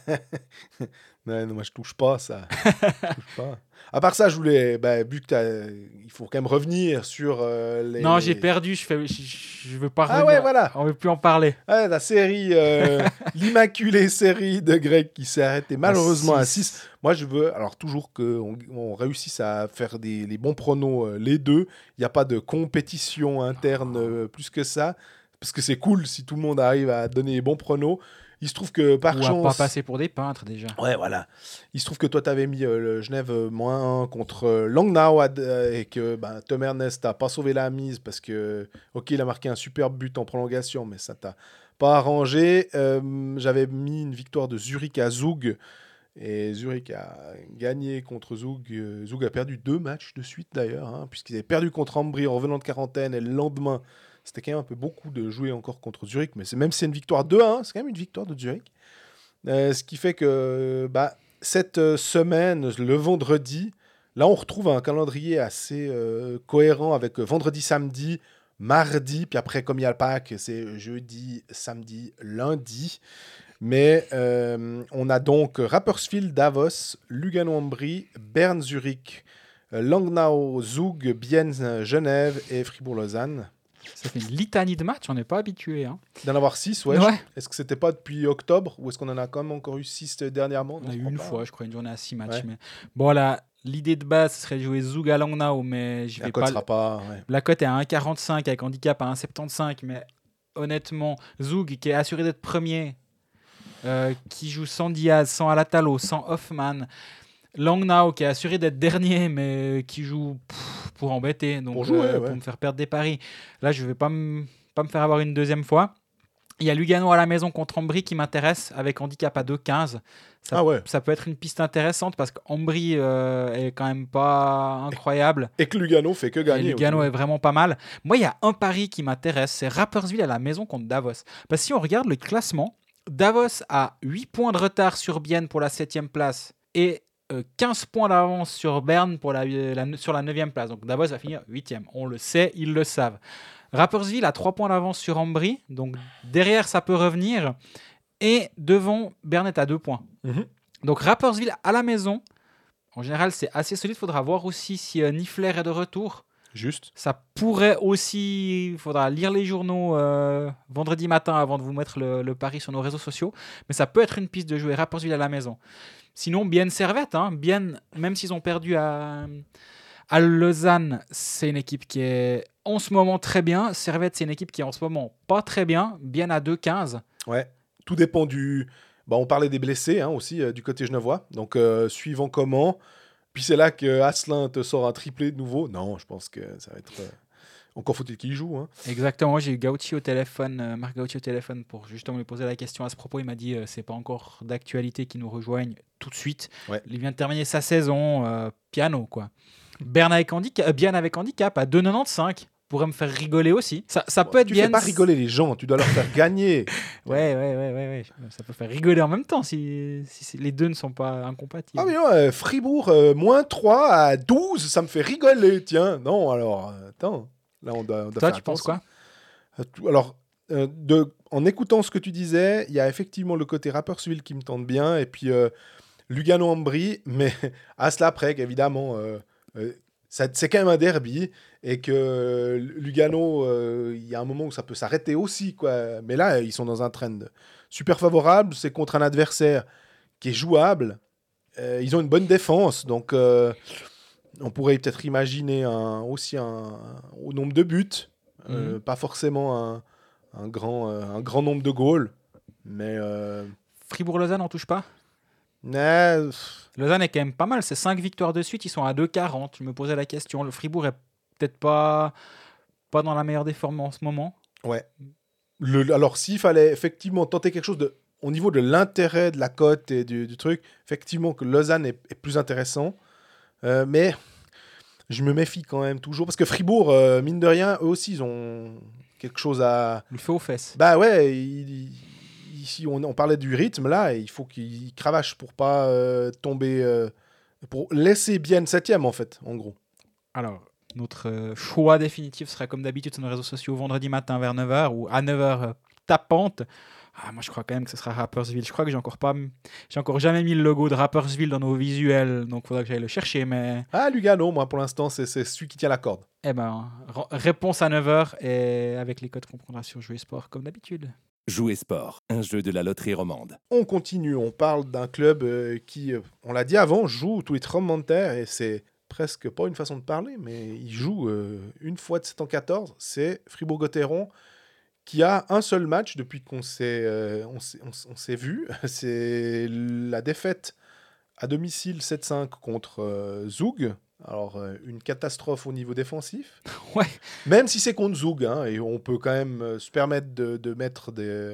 Non, moi je touche pas ça. Je touche pas. À part ça, je voulais, vu que il faut quand même revenir sur les. Non, j'ai perdu. Je veux pas revenir. Ah ouais, voilà. On veut plus en parler. Ouais, la série, l'immaculée série de Greg qui s'est arrêtée malheureusement à 6. Moi, je veux alors toujours qu'on réussisse à faire les bons pronos les deux. Il n'y a pas de compétition interne plus que ça. Parce que c'est cool si tout le monde arrive à donner les bons pronos. Il se trouve que par chance... Ou à pas passer pour des peintres déjà. Ouais, voilà. Il se trouve que toi, tu avais mis le Genève -1 contre Langnau et que Tom Ernest n'a pas sauvé la mise parce que, ok, il a marqué un superbe but en prolongation, mais ça t'a pas arrangé. J'avais mis une victoire de Zurich à Zug et Zurich a gagné contre Zug. Zug a perdu 2 matchs de suite d'ailleurs, hein, puisqu'ils avaient perdu contre Ambry en revenant de quarantaine et le lendemain. C'était quand même un peu beaucoup de jouer encore contre Zurich, mais même si c'est une victoire 2-1, c'est quand même une victoire de Zurich. Ce qui fait que cette semaine, le vendredi, là on retrouve un calendrier assez cohérent avec vendredi, samedi, mardi, puis après comme il y a le Pâques, c'est jeudi, samedi, lundi. Mais on a donc Rapperswil, Davos, Lugano-Ambry, Berne-Zurich, Langnau, Zug, Bienne, Genève et Fribourg-Lausanne. Ça fait une litanie de matchs, on n'est pas habitué. Hein. D'en avoir 6, ouais. Ouais. Est-ce que c'était pas depuis octobre ou est-ce qu'on en a quand même encore eu 6 dernièrement? On a eu une fois, je crois, une journée à 6 matchs. Ouais. Mais... Bon, là, l'idée de base ce serait de jouer Zug à Langnau, mais je vais pas. Sera pas ouais. La cote est à 1,45 avec handicap à 1,75, mais honnêtement, Zug qui est assuré d'être premier, qui joue sans Diaz, sans Alatalo, sans Hoffman. Langnau qui est assuré d'être dernier mais qui joue pour embêter, donc pour jouer, pour me faire perdre des paris. Là je vais pas me faire avoir une deuxième fois. Il y a Lugano à la maison contre Ambry qui m'intéresse avec handicap à 2,15. Ça peut être une piste intéressante parce qu'Ambry est quand même pas incroyable. Et que Lugano fait que gagner. Et Lugano est vraiment pas mal. Moi il y a un pari qui m'intéresse, c'est Rapperswil à la maison contre Davos. Parce que si on regarde le classement, Davos a 8 points de retard sur Bienne pour la 7e place et 15 points d'avance sur Berne sur la 9e place. Donc Davos va finir 8e. On le sait, ils le savent. Rapperswil a 3 points d'avance sur Ambry. Donc derrière, ça peut revenir. Et devant, Berne est à 2 points. Mm-hmm. Donc Rapperswil à la maison, en général, c'est assez solide. Il faudra voir aussi si Niffler est de retour. Juste. Ça pourrait aussi... Il faudra lire les journaux vendredi matin avant de vous mettre le pari sur nos réseaux sociaux. Mais ça peut être une piste de jouer Rapperswil à la maison. Sinon, Bienne Servette, Bienne, même s'ils ont perdu à Lausanne, c'est une équipe qui est en ce moment très bien. Servette, c'est une équipe qui est en ce moment pas très bien. Bienne à 2,15. Ouais, tout dépend du... on parlait des blessés aussi, du côté genevois. Donc, suivant comment. Puis c'est là que Asselin te sort un triplé de nouveau. Non, je pense que ça va être... Encore faut-il qu'il joue. Hein. Exactement, j'ai eu Gauchi au téléphone, Marc Gauchi au téléphone pour justement lui poser la question à ce propos. Il m'a dit c'est pas encore d'actualité qu'il nous rejoigne tout de suite. Ouais. Il vient de terminer sa saison, piano quoi. Bienne avec handicap à 2,95 pourrait me faire rigoler aussi. Ça peut être bien. Tu fais pas rigoler les gens, tu dois leur faire gagner. Ouais. Ça peut faire rigoler en même temps si les deux ne sont pas incompatibles. Ah mais ouais, Fribourg -3 à 12, ça me fait rigoler. Tiens, non alors, attends. Là, on doit Toi, tu penses quoi? Alors, en écoutant ce que tu disais, il y a effectivement le côté Rapperswil qui me tente bien, et puis Lugano-Ambry, mais à cela près qu'évidemment, c'est quand même un derby, et que Lugano, il y a un moment où ça peut s'arrêter aussi, quoi. Mais là, ils sont dans un trend super favorable, c'est contre un adversaire qui est jouable, ils ont une bonne défense, donc... on pourrait peut-être imaginer au nombre de buts, pas forcément un grand nombre de goals, mais Fribourg-Lausanne, on touche pas? Ouais, Lausanne est quand même pas mal. C'est 5 victoires de suite. Ils sont à 2,40. Je me posais la question. Le Fribourg est peut-être pas dans la meilleure des formes en ce moment. ouais. Alors, s'il fallait effectivement tenter quelque chose au niveau de l'intérêt de la cote et du truc, effectivement que Lausanne est plus intéressant. Mais je me méfie quand même toujours. Parce que Fribourg, mine de rien, eux aussi, ils ont quelque chose à... Il fait aux fesses. Bah ouais, ici on parlait du rythme, là, et il faut qu'ils cravachent pour pas tomber... pour laisser bien 7ème, en fait, en gros. Alors, notre choix définitif sera comme d'habitude sur nos réseaux sociaux vendredi matin vers 9h ou à 9h tapante. Moi, je crois quand même que ce sera Rapperswil. Je crois que j'ai encore jamais mis le logo de Rapperswil dans nos visuels, donc il faudra que j'aille le chercher. Mais Lugano, moi, pour l'instant, c'est celui qui tient la corde. eh ben, réponse à 9h et avec les codes qu'on prendra sur Jouer Sport comme d'habitude. Jouer Sport, un jeu de la loterie romande. On continue, on parle d'un club qui, on l'a dit avant, joue tous les tremblements de terre, et c'est presque pas une façon de parler, mais il joue une fois de 7 en 14, c'est Fribourg-Gotteron, qui a un seul match depuis qu'on s'est vu, c'est la défaite à domicile 7-5 contre Zug. Alors, une catastrophe au niveau défensif. Ouais. Même si c'est contre Zug, hein, et on peut quand même se permettre de mettre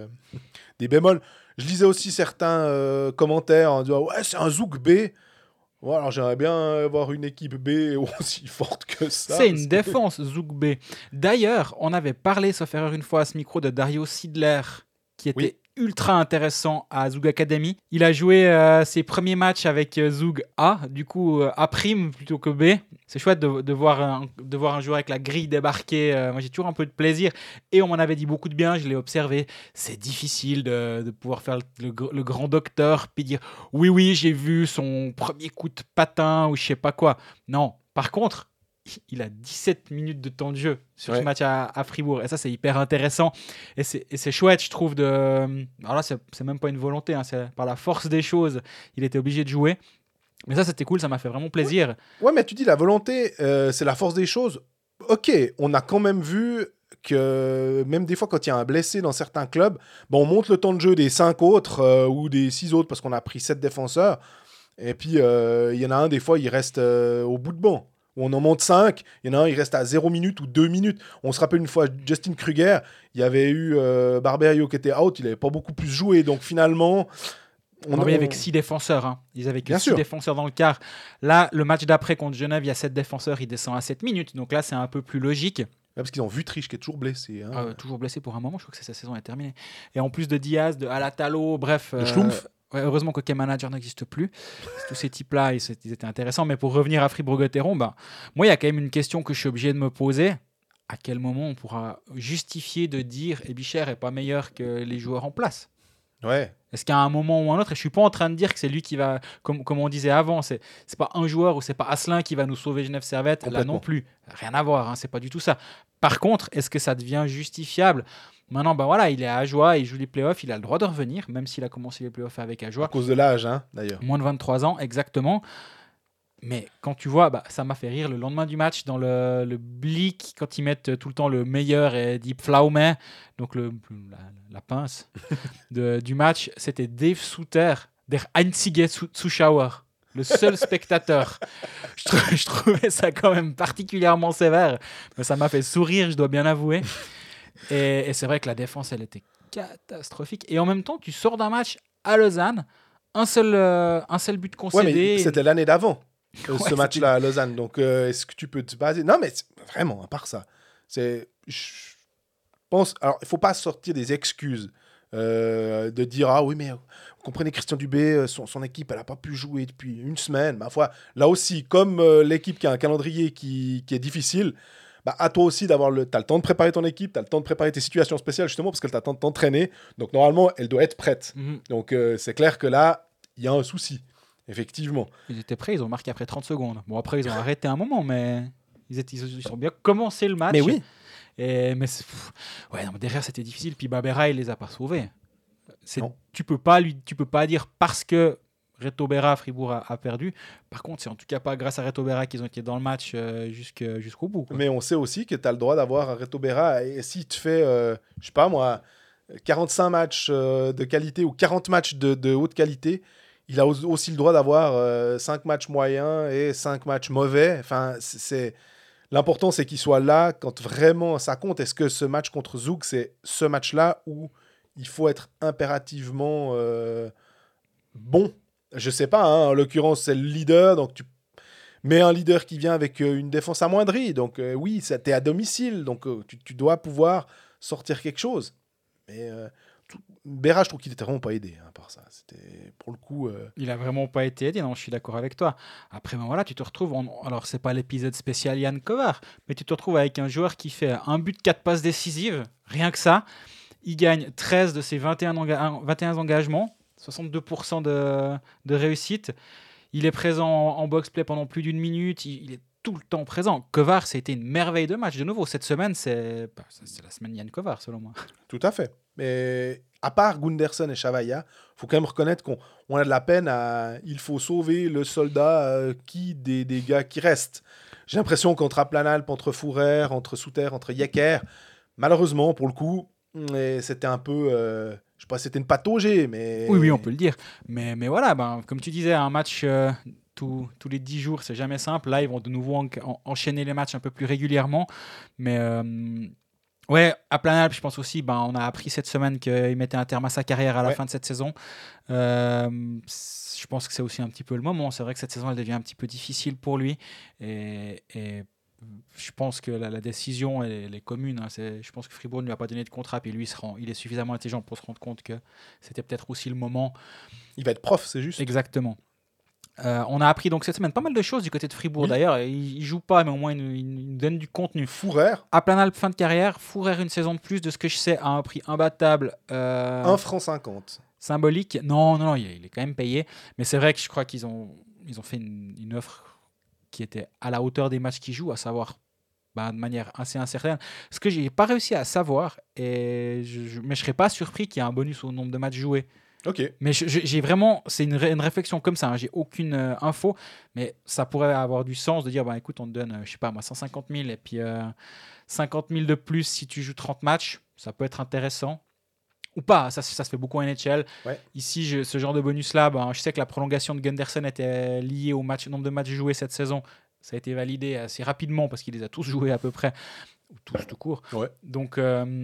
des bémols. Je lisais aussi certains commentaires en disant « Ouais, c'est un Zug B ». Ouais, alors j'aimerais bien avoir une équipe B aussi forte que ça. C'est une défense, Zug B. D'ailleurs, on avait parlé, sauf erreur une fois à ce micro, de Dario Sidler, qui était ultra intéressant à Zug Academy. Il a joué ses premiers matchs avec Zug A, du coup A' plutôt que B. C'est chouette de voir un joueur avec la grille débarquer. Moi, j'ai toujours un peu de plaisir. Et on m'en avait dit beaucoup de bien, je l'ai observé. C'est difficile de pouvoir faire le grand docteur, puis dire « Oui, j'ai vu son premier coup de patin » ou je sais pas quoi. Non, par contre... il a 17 minutes de temps de jeu sur ce match à Fribourg. Et ça, c'est hyper intéressant. Et c'est chouette, je trouve. Alors là, c'est même pas une volonté. Hein, c'est par la force des choses. Il était obligé de jouer. Mais ça, c'était cool. Ça m'a fait vraiment plaisir. Ouais, mais tu dis la volonté, c'est la force des choses. Ok, on a quand même vu que même des fois, quand il y a un blessé dans certains clubs, on monte le temps de jeu des 5 autres ou des 6 autres parce qu'on a pris 7 défenseurs. Et puis, il y en a un, des fois, il reste au bout de banc. Où on en monte 5, il y en a un, il reste à 0 minutes ou 2 minutes. On se rappelle une fois, Justin Kruger, il y avait eu Barberio qui était out, il n'avait pas beaucoup plus joué. Donc finalement... avec 6 défenseurs. Hein. Ils avaient que 6 défenseurs dans le quart. Là, le match d'après contre Genève, il y a 7 défenseurs, il descend à 7 minutes. Donc là, c'est un peu plus logique. Ouais, parce qu'ils ont vu Triche qui est toujours blessé. Hein. Toujours blessé pour un moment, je crois que sa saison est terminée. Et en plus de Diaz, de Alatalo, bref... De Schlumpf. Ouais, heureusement que Hockey Manager n'existe plus. Tous ces types-là, ils étaient intéressants. Mais pour revenir à Fribourg-Gotteron, moi, il y a quand même une question que je suis obligé de me poser. À quel moment on pourra justifier de dire Ebicher n'est pas meilleur que les joueurs en place ? Ouais. Est-ce qu'à un moment ou un autre, et je ne suis pas en train de dire que c'est lui qui va, comme on disait avant, c'est pas un joueur ou c'est pas Asselin qui va nous sauver Genève Servette, là non plus. Rien à voir, hein, c'est pas du tout ça. Par contre, est-ce que ça devient justifiable ? Maintenant, il est à Ajoie, il joue les playoffs, il a le droit de revenir, même s'il a commencé les playoffs avec Ajoie. À cause de l'âge, hein, d'ailleurs. Moins de 23 ans, exactement. Mais quand tu vois, ça m'a fait rire le lendemain du match dans le Blick, quand ils mettent tout le temps le meilleur et Deep Pflaume, donc la pince du match, c'était Dave Suter, der einzige Zuschauer, le seul spectateur. Je trouvais ça quand même particulièrement sévère, mais ça m'a fait sourire, je dois bien avouer. Et c'est vrai que la défense, elle était catastrophique. Et en même temps, tu sors d'un match à Lausanne, un seul but concédé. Ouais, mais c'était l'année d'avant, ce match-là à Lausanne. Donc, est-ce que tu peux te baser... Non, mais vraiment, à part ça, je pense... Alors, il ne faut pas sortir des excuses de dire « Ah oui, mais vous comprenez, Christian Dubé, son équipe, elle n'a pas pu jouer depuis une semaine. » Ma foi, là aussi, comme l'équipe qui a un calendrier qui est difficile... à toi aussi t'as le temps de préparer ton équipe, t'as le temps de préparer tes situations spéciales justement parce que t'as le temps de t'entraîner. Donc normalement, elle doit être prête. Donc c'est clair que là, il y a un souci, effectivement. Ils étaient prêts, ils ont marqué après 30 secondes. Bon, après, ils ont arrêté un moment, mais ils ont bien commencé le match. Mais oui. Mais derrière, c'était difficile. Puis Babera, il les a pas sauvés. Tu peux pas dire parce que Reto Berra, Fribourg a perdu. Par contre, c'est en tout cas pas grâce à Reto Berra qu'ils ont été dans le match jusqu'au bout. Quoi. Mais on sait aussi que tu as le droit d'avoir un Reto Berra. Et si tu fais, je sais pas moi, 45 matchs de qualité ou 40 matchs de haute qualité, il a aussi le droit d'avoir 5 matchs moyens et 5 matchs mauvais. Enfin, l'important, c'est qu'il soit là quand vraiment ça compte. Est-ce que ce match contre Zug, c'est ce match-là où il faut être impérativement bon? Je sais pas, hein. En l'occurrence, c'est le leader, donc mais un leader qui vient avec une défense amoindrie. Donc oui, t'es à domicile, donc tu dois pouvoir sortir quelque chose. Mais Berra, je trouve qu'il n'était vraiment pas aidé par ça. C'était pour le coup. Il a vraiment pas été aidé, non, je suis d'accord avec toi. Après, ben voilà, tu te retrouves. Alors, c'est pas l'épisode spécial Yann Kovar, mais tu te retrouves avec un joueur qui fait un but, 4 passes décisives, rien que ça. Il gagne 13 de ses 21 engagements, 62% de réussite. Il est présent en box-play pendant plus d'une minute. Il est tout le temps présent. Kovar, c'était une merveille de match. De nouveau, cette semaine, c'est la semaine Yann Kovar, selon moi. Tout à fait. Mais à part Gunderson et Chavaya, il faut quand même reconnaître qu'on a de la peine à... Il faut sauver le soldat des gars qui restent. J'ai l'impression qu'entre Aplanalp, entre Fourer, entre Souter, entre Yecker, malheureusement, pour le coup, c'était un peu... je sais pas, c'était une pataugée, mais... Oui, on peut le dire. Mais voilà, comme tu disais, un match tous les 10 jours, c'est jamais simple. Là, ils vont de nouveau enchaîner les matchs un peu plus régulièrement. Mais ouais, à Planalp, je pense aussi, on a appris cette semaine qu'il mettait un terme à sa carrière à la fin de cette saison. Je pense que c'est aussi un petit peu le moment. C'est vrai que cette saison, elle devient un petit peu difficile pour lui. Et je pense que la décision elle est commune. Hein. Je pense que Fribourg ne lui a pas donné de contrat, puis lui, il est suffisamment intelligent pour se rendre compte que c'était peut-être aussi le moment. Il va être prof, c'est juste. Exactement. On a appris donc cette semaine pas mal de choses du côté de Fribourg. D'ailleurs. Il ne joue pas, mais au moins il nous donne du contenu. Fourer. À Planalp, fin de carrière. Fourer, une saison de plus, de ce que je sais, à un prix imbattable. 1,50 franc. Symbolique. Non, il est quand même payé. Mais c'est vrai que je crois qu'ils ont fait une offre qui était à la hauteur des matchs qu'ils jouent, à savoir de manière assez incertaine. Ce que j'ai pas réussi à savoir, mais je serais pas surpris qu'il y ait un bonus au nombre de matchs joués. Ok. Mais j'ai vraiment, c'est une réflexion comme ça, hein, j'ai aucune info, mais ça pourrait avoir du sens de dire, écoute, on te donne, je sais pas moi, 150 000 et puis 50 000 de plus si tu joues 30 matchs, ça peut être intéressant. Ou pas, ça se fait beaucoup en NHL. Ouais. Ici, ce genre de bonus-là, je sais que la prolongation de Gunderson était liée au nombre de matchs joués cette saison. Ça a été validé assez rapidement parce qu'il les a tous joués à peu près, ou tous tout court. Ouais. Donc,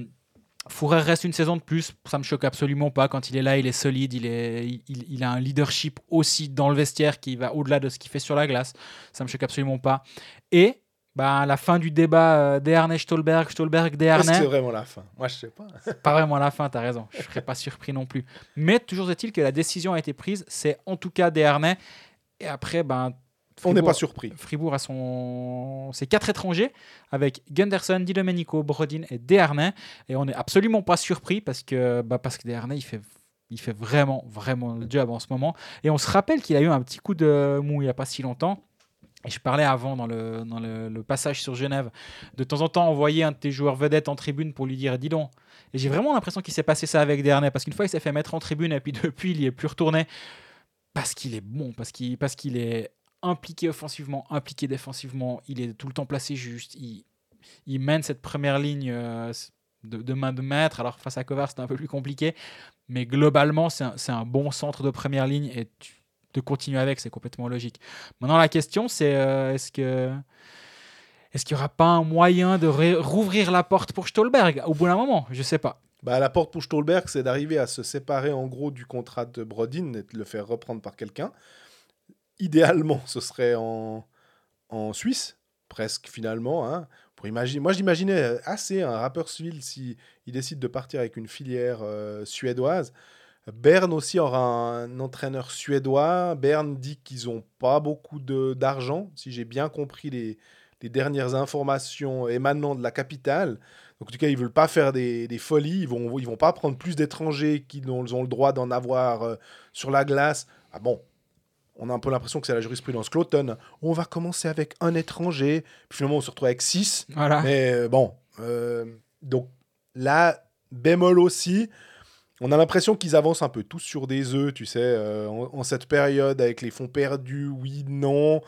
Fourer reste une saison de plus. Ça me choque absolument pas. Quand il est là, il est solide. Il a un leadership aussi dans le vestiaire qui va au-delà de ce qu'il fait sur la glace. Ça me choque absolument pas. Et la fin du débat Desharnais-Stolberg, Stolberg-Desharnais. Est-ce que c'est vraiment la fin? Moi, je sais pas. C'est pas vraiment la fin, t'as raison. Je serais pas surpris non plus. Mais toujours est-il que la décision a été prise. C'est en tout cas Desharnais. Et après, on n'est pas surpris. Fribourg a ses 4 étrangers avec Gunderson, Di Domenico, Brodin et Desharnais. Et on n'est absolument pas surpris parce que Desharnais, il fait vraiment, vraiment le job en ce moment. Et on se rappelle qu'il a eu un petit coup de mou il n'y a pas si longtemps. Et je parlais avant dans le passage sur Genève, de temps en temps envoyer un de tes joueurs vedettes en tribune pour lui dire dis donc. Et j'ai vraiment l'impression qu'il s'est passé ça avec Desharnais, parce qu'une fois il s'est fait mettre en tribune et puis depuis il n'y est plus retourné parce qu'il est bon, parce qu'il est impliqué offensivement, impliqué défensivement, il est tout le temps placé juste, il mène cette première ligne de main de maître. Alors face à Kovar c'est un peu plus compliqué, mais globalement c'est un bon centre de première ligne et de continuer avec, c'est complètement logique. Maintenant, la question, c'est est-ce qu'il n'y aura pas un moyen de rouvrir la porte pour Stolberg au bout d'un moment? Je ne sais pas. La porte pour Stolberg, c'est d'arriver à se séparer en gros du contrat de Brodin et de le faire reprendre par quelqu'un. Idéalement, ce serait en Suisse, presque finalement. Hein. Moi, j'imaginais assez un Rapperswil s'il décide de partir avec une filière suédoise. Berne aussi aura un entraîneur suédois. Berne dit qu'ils n'ont pas beaucoup d'argent, si j'ai bien compris les dernières informations émanant de la capitale. Donc, en tout cas, ils ne veulent pas faire des folies. Ils vont pas prendre plus d'étrangers qu'ils ont le droit d'en avoir sur la glace. Ah bon, on a un peu l'impression que c'est la jurisprudence Cloton. On va commencer avec un étranger, puis finalement on se retrouve avec 6. Voilà. Mais bon, donc là, bémol aussi. On a l'impression qu'ils avancent un peu tous sur des œufs, tu sais, en cette période avec les fonds perdus, oui, non.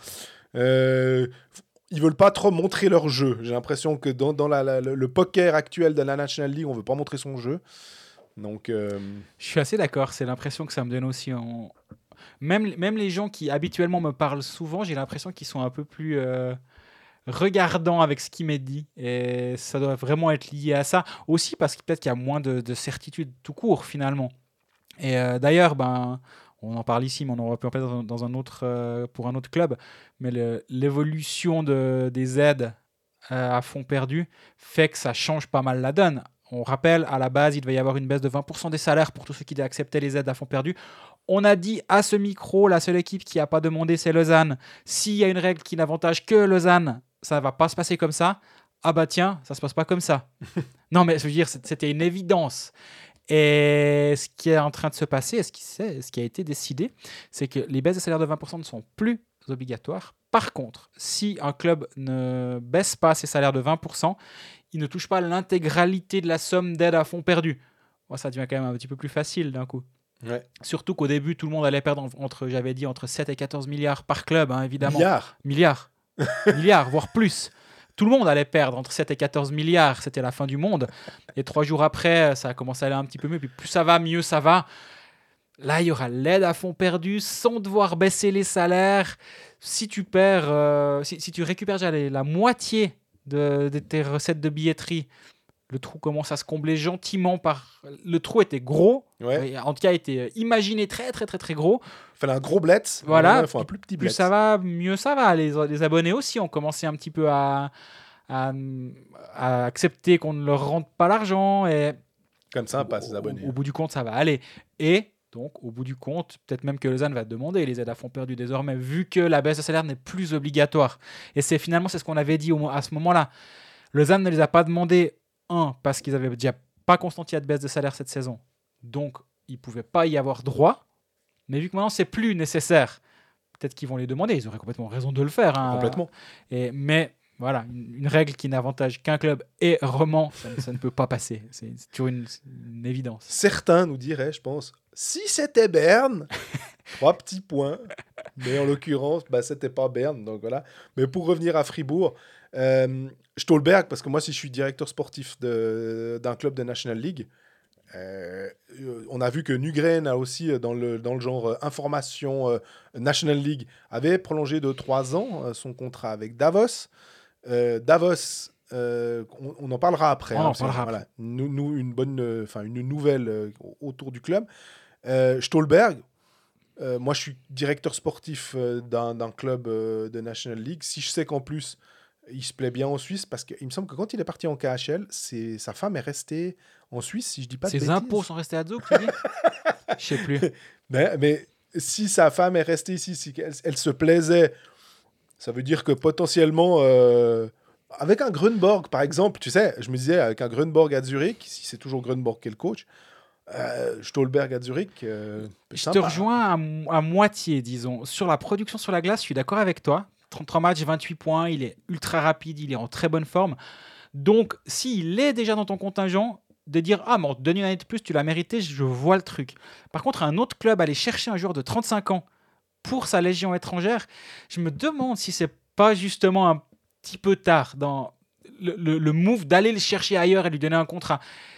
Ils veulent pas trop montrer leur jeu. J'ai l'impression que dans le poker actuel de la National League, on veut pas montrer son jeu. Donc, Je suis assez d'accord, c'est l'impression que ça me donne aussi. Même les gens qui habituellement me parlent souvent, j'ai l'impression qu'ils sont un peu plus regardants avec ce qui m'est dit. Et ça doit vraiment être lié à ça. Aussi parce que peut-être qu'il y a moins de certitude tout court finalement. Et d'ailleurs, on en parle ici, mais on en peut en parler dans un autre, pour un autre club. Mais l'évolution des aides à fond perdu fait que ça change pas mal la donne. On rappelle, à la base, il devait y avoir une baisse de 20% des salaires pour tous ceux qui acceptaient les aides à fond perdu. On a dit à ce micro, la seule équipe qui n'a pas demandé, c'est Lausanne. S'il y a une règle qui n'avantage que Lausanne, ça ne va pas se passer comme ça. Ah bah tiens, ça ne se passe pas comme ça. Non mais je veux dire, c'était une évidence. Et ce qui est en train de se passer, et ce qui a été décidé, c'est que les baisses de salaire de 20% ne sont plus obligatoires. Par contre, si un club ne baisse pas ses salaires de 20%, il ne touche pas l'intégralité de la somme d'aide à fond perdu. Bon, ça devient quand même un petit peu plus facile d'un coup. Ouais. Surtout qu'au début, tout le monde allait perdre entre 7 et 14 milliards par club, hein, évidemment. Milliards, voire plus. Tout le monde allait perdre entre 7 et 14 milliards. C'était la fin du monde. Et 3 jours après, ça a commencé à aller un petit peu mieux. Puis plus ça va, mieux ça va. Là, il y aura l'aide à fond perdu sans devoir baisser les salaires. Si tu perds, si tu récupères déjà la moitié de tes recettes de billetterie, le trou commence à se combler gentiment. Le trou était gros. Ouais. En tout cas, était imaginé très, très, très, très gros. Il fallait un gros blitz. Voilà. Il faut un plus petit plus blitz. ça va, mieux ça va. Les abonnés aussi ont commencé un petit peu à accepter qu'on ne leur rende pas l'argent. Et Comme ça, passe les abonnés. Au bout du compte, ça va aller. Et donc, au bout du compte, peut-être même que Lausanne va demander les aides à fond perdu désormais, vu que la baisse de salaire n'est plus obligatoire. Et c'est ce qu'on avait dit à ce moment-là. Lausanne ne les a pas demandé, parce qu'ils n'avaient déjà pas consenti à de baisse de salaire cette saison. Donc, ils ne pouvaient pas y avoir droit. Mais vu que maintenant, c'est plus nécessaire, peut-être qu'ils vont les demander. Ils auraient complètement raison de le faire. Hein. Complètement. Mais voilà, une règle qui n'avantage qu'un club et Romand, ça ne peut pas passer. C'est toujours une évidence. Certains nous diraient, je pense, si c'était Berne, 3 petits points. Mais en l'occurrence, c'était pas Berne. Donc voilà. Mais pour revenir à Fribourg, Stolberg, parce que moi, si je suis directeur sportif d'un club de National League, on a vu que Nygren a aussi, dans le genre information National League, avait prolongé de 3 ans son contrat avec Davos. Davos, on en parlera après. Voilà, une nouvelle autour du club. Stolberg, moi je suis directeur sportif d'un club de National League. Si je sais qu'en plus il se plaît bien en Suisse, parce qu'il me semble que quand il est parti en KHL, sa femme est restée en Suisse, si je dis pas de bêtises. Ses impôts sont restés à Zug, tu dis? Je sais plus. Mais si sa femme est restée ici, si elle se plaisait, ça veut dire que potentiellement, avec un Grunborg, par exemple, tu sais, je me disais, avec un Grunborg à Zurich, si c'est toujours Grunborg qui est le coach, Stolberg à Zurich, je te rejoins à moitié, disons. Sur la production sur la glace, je suis d'accord avec toi. 33 matchs, 28 points, il est ultra rapide, il est en très bonne forme. Donc, s'il est déjà dans ton contingent, de dire « Ah, mais on te donne une année de plus, tu l'as mérité, je vois le truc. » Par contre, un autre club aller chercher un joueur de 35 ans pour sa légion étrangère, je me demande si c'est pas justement un petit peu tard dans le move d'aller le chercher ailleurs et lui donner un contrat.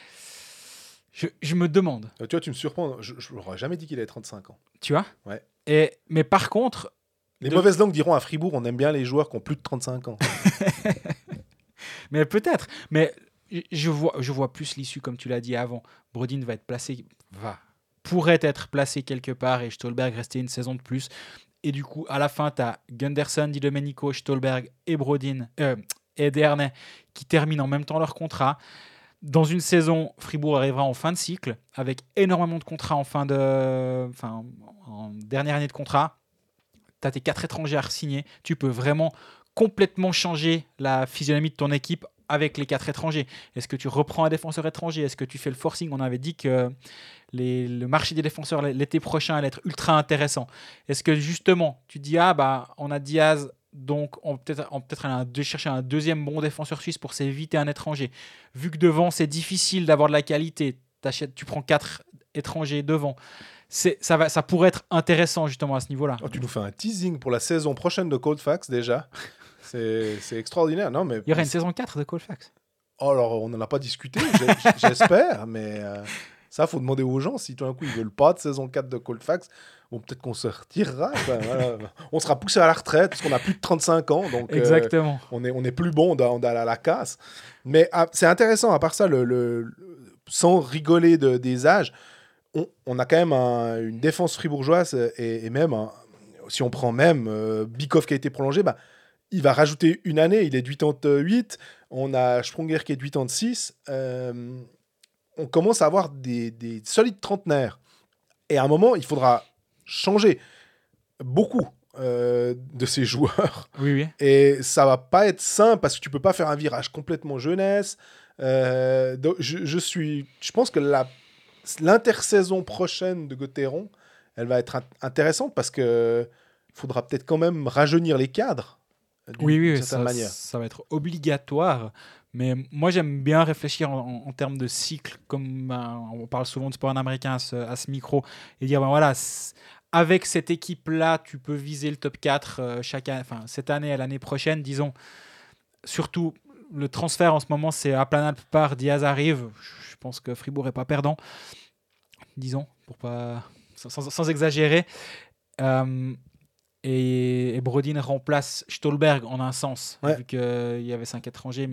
Je me demande. Tu vois, tu me surprends. Je n'aurais jamais dit qu'il avait 35 ans. Tu vois ? Ouais. Mais par contre... Les mauvaises langues diront à Fribourg, on aime bien les joueurs qui ont plus de 35 ans. Mais peut-être. Mais je vois plus l'issue, comme tu l'as dit avant. Brodin pourrait être placé quelque part et Stolberg rester une saison de plus. Et du coup, à la fin, tu as Gunderson, Di Domenico, Stolberg et Brodin et Dernay qui terminent en même temps leur contrat. Dans une saison, Fribourg arrivera en fin de cycle avec énormément de contrats en dernière année de contrat. Tu as tes 4 étrangers à signer. Tu peux vraiment complètement changer la physionomie de ton équipe avec les 4 étrangers. Est-ce que tu reprends un défenseur étranger? Est-ce que tu fais le forcing? On avait dit que le marché des défenseurs l'été prochain allait être ultra intéressant. Est-ce que justement, tu dis on a Diaz, donc on peut peut-être aller chercher un deuxième bon défenseur suisse pour s'éviter un étranger. Vu que devant, c'est difficile d'avoir de la qualité, tu prends 4 étrangers devant. Ça pourrait être intéressant justement à ce niveau-là. Tu nous fais un teasing pour la saison prochaine de Coldfax déjà. C'est extraordinaire. Non, mais il y aurait une saison 4 de Coldfax. Oh, alors, on n'en a pas discuté, j'espère, mais Ça, faut demander aux gens si tout d'un coup ils veulent pas de saison 4 de Cold Facts. Bon, peut-être qu'on se retirera. Voilà. On sera poussé à la retraite parce qu'on a plus de 35 ans. Donc, Exactement. on est plus bon, on a la casse. Mais c'est intéressant, à part ça, sans rigoler des âges, on a quand même une défense fribourgeoise et même, si on prend même Bikov qui a été prolongé, il va rajouter une année. Il est de 88. On a Sprunger qui est de 86. On commence à avoir des solides trentenaires. Et à un moment, il faudra changer beaucoup de ces joueurs. Oui. Et ça va pas être simple parce que tu peux pas faire un virage complètement jeunesse. Donc je pense que l'intersaison prochaine de Gauthieron, elle va être intéressante parce que faudra peut-être quand même rajeunir les cadres. Oui, ça va être obligatoire. Mais moi, j'aime bien réfléchir en termes de cycle, comme on parle souvent de sport en américain à ce micro, et dire, voilà, avec cette équipe-là, tu peux viser le top 4 cette année et l'année prochaine, disons. Surtout, le transfert en ce moment, c'est à Planal part, Diaz arrive. Je pense que Fribourg n'est pas perdant, disons, sans exagérer. Et Brodin remplace Stolberg en un sens, vu qu'il y avait 5 étrangers.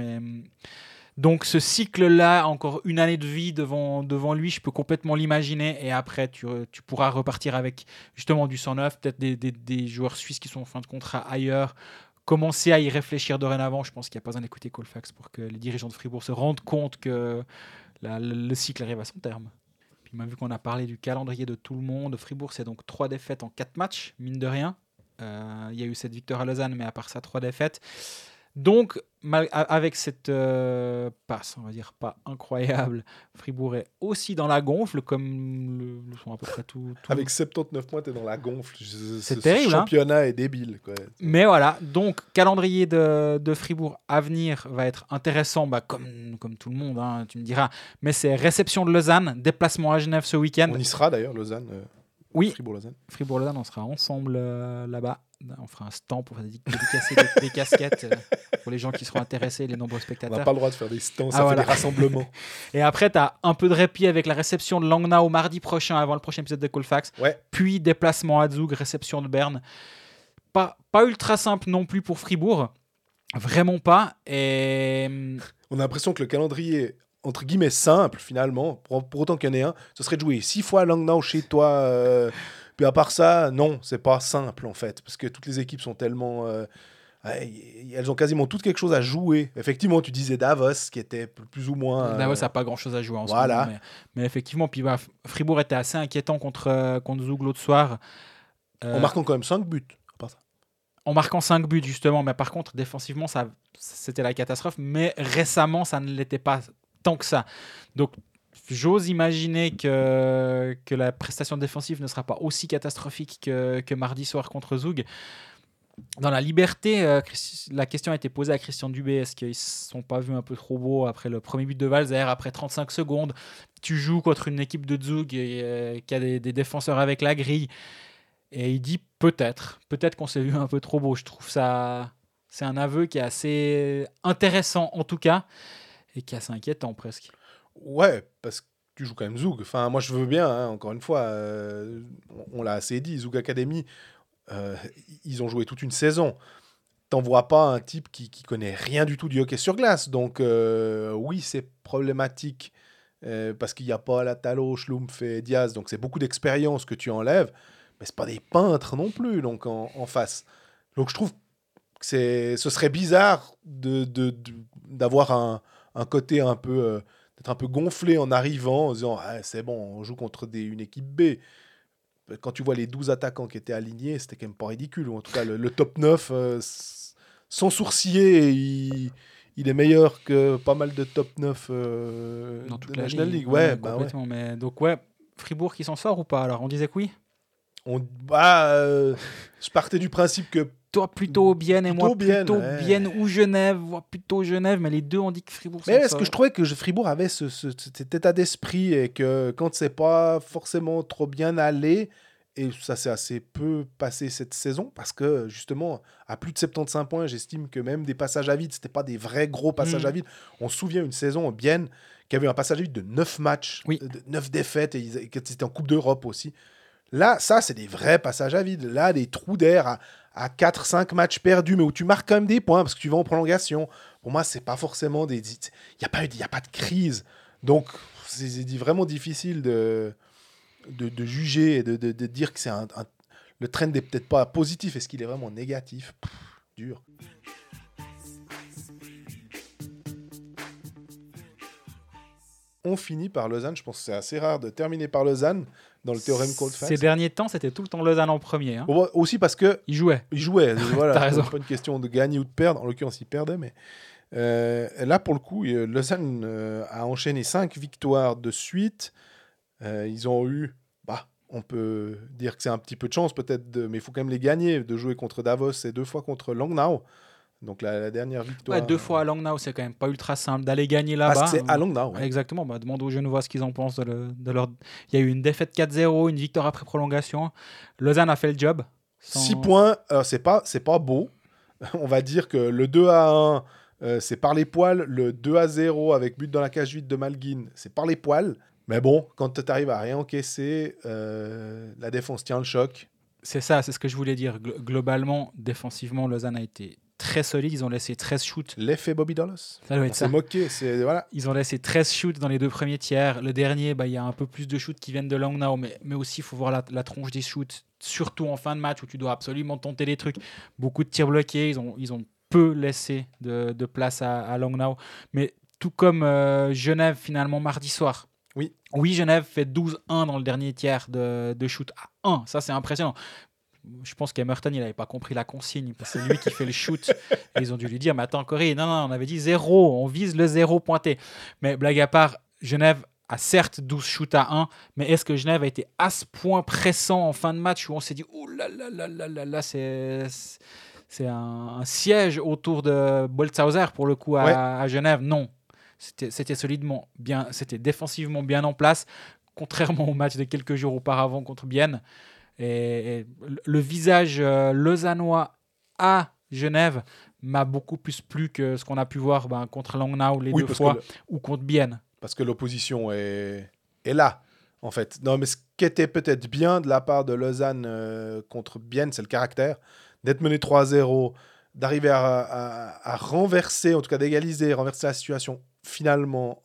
Donc ce cycle-là, encore une année de vie devant lui, je peux complètement l'imaginer. Et après, tu pourras repartir avec justement du 109, peut-être des joueurs suisses qui sont en fin de contrat ailleurs. Commencer à y réfléchir dorénavant. Je pense qu'il n'y a pas besoin d'écouter Colfax pour que les dirigeants de Fribourg se rendent compte que le cycle arrive à son terme. Puis vu qu'on a parlé du calendrier de tout le monde, Fribourg, c'est donc 3 défaites en 4 matchs, mine de rien. Il y a eu cette victoire à Lausanne, mais à part ça, 3 défaites. Donc, avec cette passe, on va dire pas incroyable, Fribourg est aussi dans la gonfle, comme le sont à peu près tout. Avec 79 points, t'es dans la gonfle. C'est terrible. Ce championnat est débile. Quoi. Mais voilà, donc, calendrier de Fribourg à venir va être intéressant, comme tout le monde, hein, tu me diras. Mais c'est réception de Lausanne, déplacement à Genève ce week-end. On y sera d'ailleurs, Lausanne. Oui, Fribourg-Lausanne, on sera ensemble là-bas. On fera un stand pour dédicacer des casquettes pour les gens qui seront intéressés, les nombreux spectateurs. On n'a pas le droit de faire des stands, ça fait des rassemblements. Et après, tu as un peu de répit avec la réception de Langnau mardi prochain, avant le prochain épisode de Colfax. Ouais. Puis déplacement à Zug, réception de Berne. Pas ultra simple non plus pour Fribourg. Vraiment pas. Et on a l'impression que le calendrier entre guillemets simple finalement, pour autant qu'il y en ait un, ce serait de jouer 6 fois Langnau chez toi. Puis à part ça, non, c'est pas simple en fait, parce que toutes les équipes sont tellement... elles ont quasiment toutes quelque chose à jouer. Effectivement, tu disais Davos, qui était plus ou moins... Davos n'a pas grand-chose à jouer en ce moment. Mais effectivement, puis, Fribourg était assez inquiétant contre Zug l'autre soir. En marquant quand même 5 buts. En marquant 5 buts, justement. Mais par contre, défensivement, c'était la catastrophe. Mais récemment, ça ne l'était pas tant que ça. Donc, j'ose imaginer que la prestation défensive ne sera pas aussi catastrophique que mardi soir contre Zug. Dans la liberté, la question a été posée à Christian Dubé. Est-ce qu'ils ne se sont pas vus un peu trop beaux après le premier but de Walzer, après 35 secondes? Tu joues contre une équipe de Zug qui a des défenseurs avec la grille. Et il dit peut-être qu'on s'est vu un peu trop beau. Je trouve ça... C'est un aveu qui est assez intéressant en tout cas, et qui est assez inquiétant presque. Ouais, parce que tu joues quand même Zug. Enfin, moi, je veux bien, hein, encore une fois, on l'a assez dit, Zug Academy, ils ont joué toute une saison. T'envoies pas un type qui connaît rien du tout du hockey sur glace. Donc, oui, c'est problématique parce qu'il n'y a pas la Talo, Schlumpf et Diaz. Donc, c'est beaucoup d'expérience que tu enlèves. Mais c'est pas des peintres non plus donc en face. Donc, je trouve que ce serait bizarre d'avoir un côté un peu... d'être un peu gonflé en arrivant, en disant ah, c'est bon, on joue contre une équipe B. Quand tu vois les 12 attaquants qui étaient alignés, c'était quand même pas ridicule. Ou en tout cas, le top 9, sans sourciller, il est meilleur que pas mal de top 9 dans toute la National League. Ouais, complètement. Ouais. Mais donc, Fribourg qui s'en sort ou pas? Alors, on disait que oui. Je partais du principe que toi plutôt Bienne et moi plutôt Bienne ou Genève, voire plutôt Genève, mais les deux ont dit que Fribourg mais est-ce que je trouvais que Fribourg avait cet état d'esprit et que quand c'est pas forcément trop bien allé, Et ça s'est assez peu passé cette saison parce que, justement, à plus de 75 points, j'estime que même des passages à vide, ce n'était pas des vrais gros passages à vide. On se souvient une saison Bienne qui avait un passage à vide de 9 matchs, de 9 défaites, et c'était en Coupe d'Europe aussi. Là, ça, c'est des vrais passages à vide. Là, des trous d'air à 4-5 matchs perdus, mais où tu marques quand même des points parce que tu vas en prolongation. Pour moi, c'est pas forcément des... Il n'y a pas de crise. Donc, c'est vraiment difficile de juger et de dire que c'est le trend n'est peut-être pas positif. Est-ce qu'il est vraiment négatif? Dur. On finit par Lausanne. Je pense que c'est assez rare de terminer par Lausanne dans le théorème Colfax. Ces derniers temps, c'était tout le temps Lausanne en premier. Hein. Aussi parce que il jouait. Voilà, T'as raison. C'est pas une question de gagner ou de perdre. En l'occurrence, il perdait, mais là, pour le coup, Lausanne a enchaîné 5 victoires de suite. Ils ont eu, on peut dire que c'est un petit peu de chance peut-être, mais il faut quand même les gagner, de jouer contre Davos et 2 fois contre Langnau. Donc la dernière victoire. Ouais, 2 fois à Langnau, c'est quand même pas ultra simple d'aller gagner là-bas. Parce que c'est à Langnau. Ouais. Exactement. Demande aux Genevois ce qu'ils en pensent de leur. Il y a eu une défaite 4-0, une victoire après prolongation. Lausanne a fait le job. 6 points, c'est pas beau. On va dire que le 2-1, c'est par les poils. Le 2-0 avec but dans la cage vide de Malguin, c'est par les poils. Mais bon, quand tu arrives à rien encaisser, la défense tient le choc. C'est ça, c'est ce que je voulais dire. Globalement, défensivement, Lausanne a été très solide. Ils ont laissé 13 shoots. L'effet Bobby Dallas. Ça doit être ça. C'est moqué. Voilà. Ils ont laissé 13 shoots dans les 2 premiers tiers. Le dernier, il y a un peu plus de shoots qui viennent de Langnau, mais aussi, il faut voir la tronche des shoots, surtout en fin de match où tu dois absolument tenter les trucs. Beaucoup de tirs bloqués. Ils ont peu laissé de place à Langnau. Mais tout comme Genève, finalement, mardi soir. Oui, Genève fait 12-1 dans le dernier tiers de shoot à 1. Ça, c'est impressionnant. Je pense qu'Emerton, il n'avait pas compris la consigne. Parce que c'est lui qui fait le shoot. Et ils ont dû lui dire, mais attends, Corée, non, on avait dit 0. On vise le 0 pointé. Mais blague à part, Genève a certes 12 shoots à 1. Mais est-ce que Genève a été à ce point pressant en fin de match où on s'est dit, oh là là là là là là, c'est un siège autour de Boltzhauser pour le coup à Genève? Non. C'était solidement bien, c'était défensivement bien en place, contrairement au match de quelques jours auparavant contre Bienne. Et le visage lausannois à Genève m'a beaucoup plus plu que ce qu'on a pu voir contre Langnau les 2 fois ou contre Bienne. Parce que l'opposition est là, en fait. Non, mais ce qui était peut-être bien de la part de Lausanne contre Bienne, c'est le caractère. D'être mené 3-0, d'arriver à renverser, en tout cas d'égaliser, renverser la situation finalement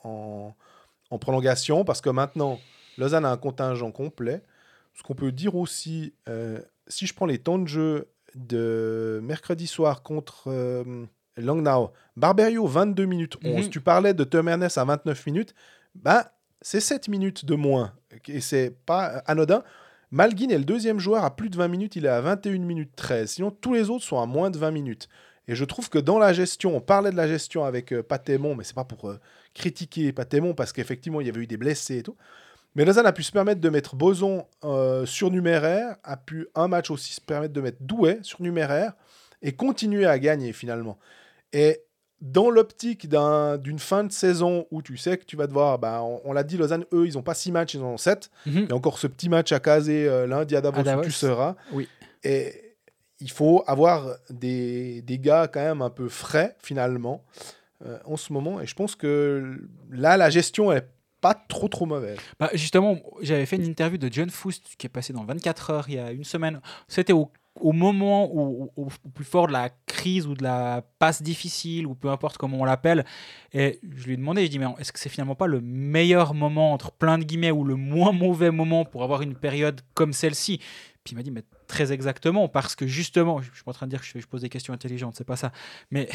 en prolongation, parce que maintenant, Lausanne a un contingent complet. Ce qu'on peut dire aussi, si je prends les temps de jeu de mercredi soir contre Langnau, Barberio, 22 minutes 11. Tu parlais de Tom Ernest à 29 minutes. C'est 7 minutes de moins. Et c'est pas anodin. Malguin est le deuxième joueur à plus de 20 minutes. Il est à 21 minutes 13. Sinon, tous les autres sont à moins de 20 minutes. Et je trouve que dans la gestion, on parlait de la gestion avec Patémon, mais c'est pas pour critiquer Patémon, parce qu'effectivement, il y avait eu des blessés et tout. Mais Lausanne a pu se permettre de mettre Boson surnuméraire, a pu un match aussi se permettre de mettre Douai surnuméraire, et continuer à gagner finalement. Et dans l'optique d'une fin de saison où tu sais que tu vas devoir, on l'a dit, Lausanne, eux, ils n'ont pas 6 matchs, ils en ont 7. Il y a encore ce petit match à caser lundi à Davos où tu seras. Oui. Et il faut avoir des gars quand même un peu frais, finalement, en ce moment. Et je pense que là, la gestion est pas trop mauvaise. Justement, j'avais fait une interview de John Foust qui est passé dans 24 heures il y a une semaine. C'était au moment au plus fort de la crise ou de la passe difficile, ou peu importe comment on l'appelle. Et je lui ai demandé, je dis, mais est-ce que c'est finalement pas le meilleur moment, entre plein de guillemets, ou le moins mauvais moment pour avoir une période comme celle-ci? Puis il m'a dit, mais très exactement, parce que justement, je suis pas en train de dire que je pose des questions intelligentes, c'est pas ça. Mais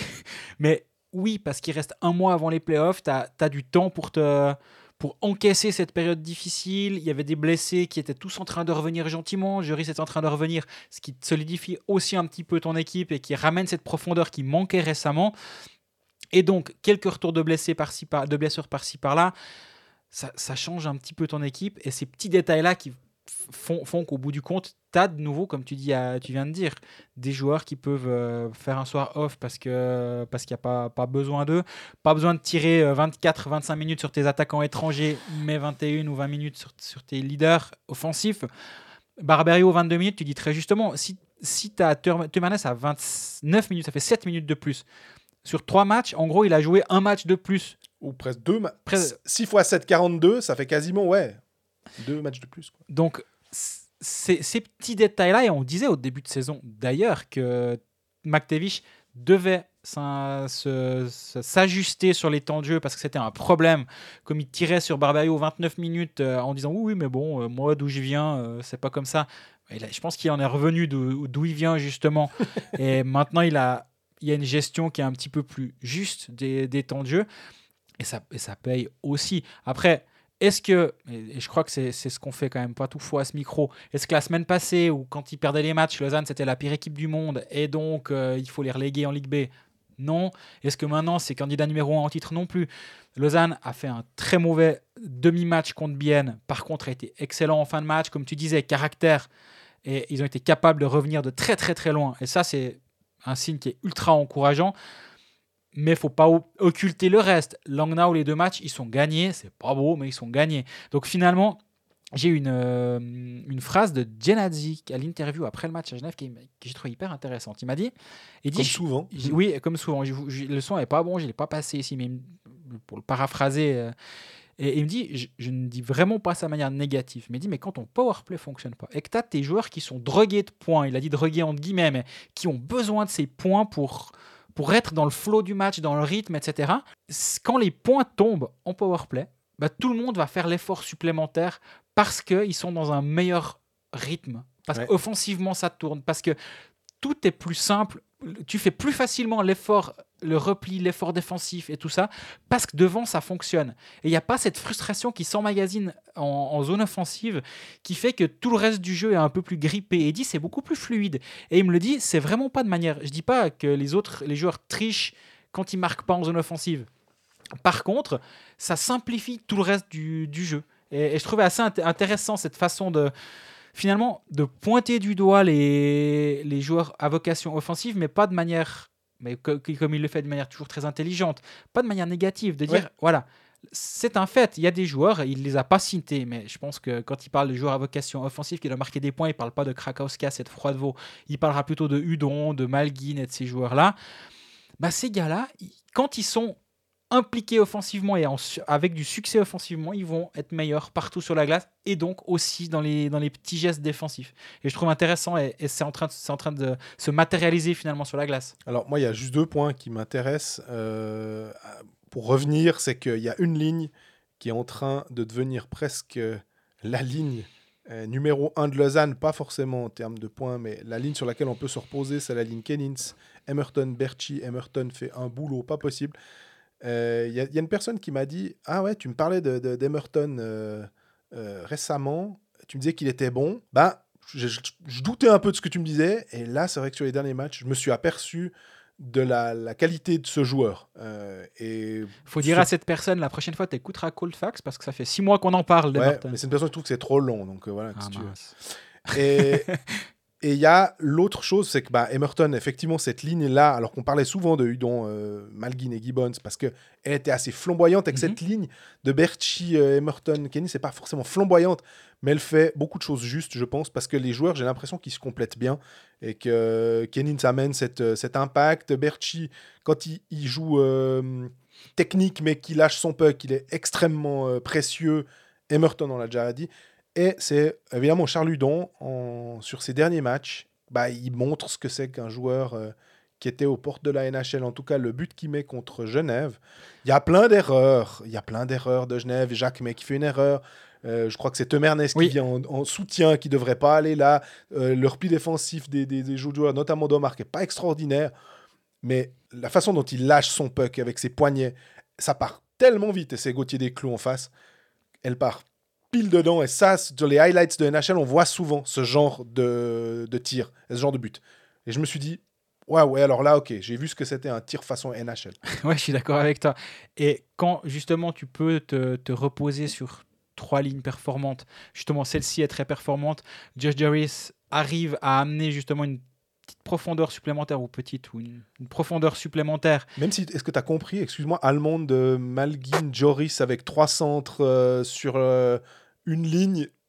oui, parce qu'il reste un mois avant les playoffs, t'as du temps pour encaisser cette période difficile. Il y avait des blessés qui étaient tous en train de revenir gentiment. Juris est en train de revenir, ce qui solidifie aussi un petit peu ton équipe et qui ramène cette profondeur qui manquait récemment. Et donc, quelques retours de blessures par-ci par-là, ça change un petit peu ton équipe. Et ces petits détails-là qui font qu'au bout du compte, tu as de nouveau, comme tu viens de dire, des joueurs qui peuvent faire un soir off parce qu'il n'y a pas besoin d'eux. Pas besoin de tirer 24-25 minutes sur tes attaquants étrangers, mais 21 ou 20 minutes sur tes leaders offensifs. Barberio 22 minutes, tu dis très justement, si tu as Teumanes à 29 minutes, ça fait 7 minutes de plus. Sur 3 matchs, en gros, il a joué un match de plus. Ou presque 2 6 x 7, 42, ça fait quasiment 2 matchs de plus. Quoi. Donc, ces petits détails-là, et on disait au début de saison d'ailleurs que McTavish devait s'ajuster sur les temps de jeu parce que c'était un problème. Comme il tirait sur Barberio 29 minutes en disant oui, mais bon, moi d'où je viens, c'est pas comme ça. Et là, je pense qu'il en est revenu d'où il vient justement. Et maintenant, il y a une gestion qui est un petit peu plus juste des temps de jeu. Et ça paye aussi. Après, est-ce que, et je crois que c'est ce qu'on fait quand même pas tout fois à ce micro, est-ce que la semaine passée, ou quand ils perdaient les matchs, Lausanne c'était la pire équipe du monde et donc il faut les reléguer en Ligue B? Non. Est-ce que maintenant c'est candidat numéro 1 en titre? Non plus. Lausanne a fait un très mauvais demi-match contre Bienne, par contre a été excellent en fin de match, comme tu disais, caractère, et ils ont été capables de revenir de très très très loin. Et ça c'est un signe qui est ultra encourageant. Mais il ne faut pas occulter le reste. Langnau, les 2 matchs, ils sont gagnés. C'est pas beau, mais ils sont gagnés. Donc finalement, j'ai eu une phrase de Genadzi à l'interview après le match à Genève que j'ai trouvé hyper intéressante. Il m'a dit... Comme souvent. Oui, comme souvent. Le son n'est pas bon, je ne l'ai pas passé ici, mais pour le paraphraser... Et il me dit, je ne dis vraiment pas ça de manière négative, mais il dit, mais quand ton powerplay ne fonctionne pas, et que tu as tes joueurs qui sont drogués de points, il a dit drogués entre guillemets, mais qui ont besoin de ces points pour être dans le flow du match, dans le rythme, etc. Quand les points tombent en powerplay, tout le monde va faire l'effort supplémentaire parce qu'ils sont dans un meilleur rythme, parce qu'offensivement ça tourne, parce que tout est plus simple, tu fais plus facilement l'effort, le repli, l'effort défensif et tout ça, parce que devant ça fonctionne. Et il n'y a pas cette frustration qui s'emmagasine en zone offensive qui fait que tout le reste du jeu est un peu plus grippé. Et il dit c'est beaucoup plus fluide. Et il me le dit, c'est vraiment pas de manière... Je dis pas que les joueurs trichent quand ils marquent pas en zone offensive. Par contre, ça simplifie tout le reste du jeu. Et je trouvais assez intéressant cette façon finalement de pointer du doigt les joueurs à vocation offensive, mais pas de manière... mais comme il le fait de manière toujours très intelligente, pas de manière négative, de dire, voilà, c'est un fait, il y a des joueurs, il ne les a pas cités, mais je pense que quand il parle de joueurs à vocation offensive qui doivent marquer des points, il ne parle pas de Krakowska, cette Froidevaux, il parlera plutôt de Hudon, de Malguin et de ces joueurs-là. Ces gars-là, quand ils sont impliqués offensivement et avec du succès offensivement, ils vont être meilleurs partout sur la glace et donc aussi dans les petits gestes défensifs. Et je trouve intéressant et c'est en train de se matérialiser finalement sur la glace. Alors moi, il y a juste 2 points qui m'intéressent. Pour revenir, c'est qu'il y a une ligne qui est en train de devenir presque la ligne numéro 1 de Lausanne, pas forcément en termes de points, mais la ligne sur laquelle on peut se reposer, c'est la ligne Kennins, Emerton, Berchi. Emerton fait un boulot pas possible. Y a une personne qui m'a dit « Ah ouais, tu me parlais d'Emerton récemment, tu me disais qu'il était bon. » Je doutais un peu de ce que tu me disais, et là, c'est vrai que sur les derniers matchs, je me suis aperçu de la qualité de ce joueur. Faut dire à cette personne, la prochaine fois, tu écouteras Cold Facts, parce que ça fait 6 mois qu'on en parle d'Emerton. Mais c'est une personne qui trouve que c'est trop long, donc voilà. Et il y a l'autre chose, c'est que Emerton, effectivement, cette ligne-là, alors qu'on parlait souvent de Hudon, Malguin et Gibbons, parce qu'elle était assez flamboyante, avec cette ligne de Berchi, Emerton, Kenny, c'est pas forcément flamboyante, mais elle fait beaucoup de choses justes, je pense, parce que les joueurs, j'ai l'impression qu'ils se complètent bien, et que Kenny amène cet impact. Berchi, quand il joue technique, mais qu'il lâche son puck, il est extrêmement précieux. Emerton, on l'a déjà dit. Et c'est évidemment Charles Hudon, sur ses derniers matchs, il montre ce que c'est qu'un joueur qui était aux portes de la NHL. En tout cas, le but qu'il met contre Genève, il y a plein d'erreurs. Il y a plein d'erreurs de Genève. Jacques May qui fait une erreur. Je crois que c'est Temernes qui vient en soutien, qui ne devrait pas aller là. Le repli défensif des joueurs, notamment d'Omar, qui n'est pas extraordinaire. Mais la façon dont il lâche son puck avec ses poignets, ça part tellement vite. Et c'est Gauthier Desclous en face. Elle part pile dedans, et ça, sur les highlights de NHL, on voit souvent ce genre de tir, ce genre de but. Et je me suis dit, ouais, alors là, ok, j'ai vu ce que c'était un tir façon NHL. Ouais, je suis d'accord avec toi. Et quand, justement, tu peux te reposer sur 3 lignes performantes, justement, celle-ci est très performante, Josh Jarvis arrive à amener, justement, une petite profondeur supplémentaire, ou une profondeur supplémentaire. Même si, est-ce que tu as compris, excuse-moi, Allemande, Malguin, Joris avec 3 centres sur une ligne,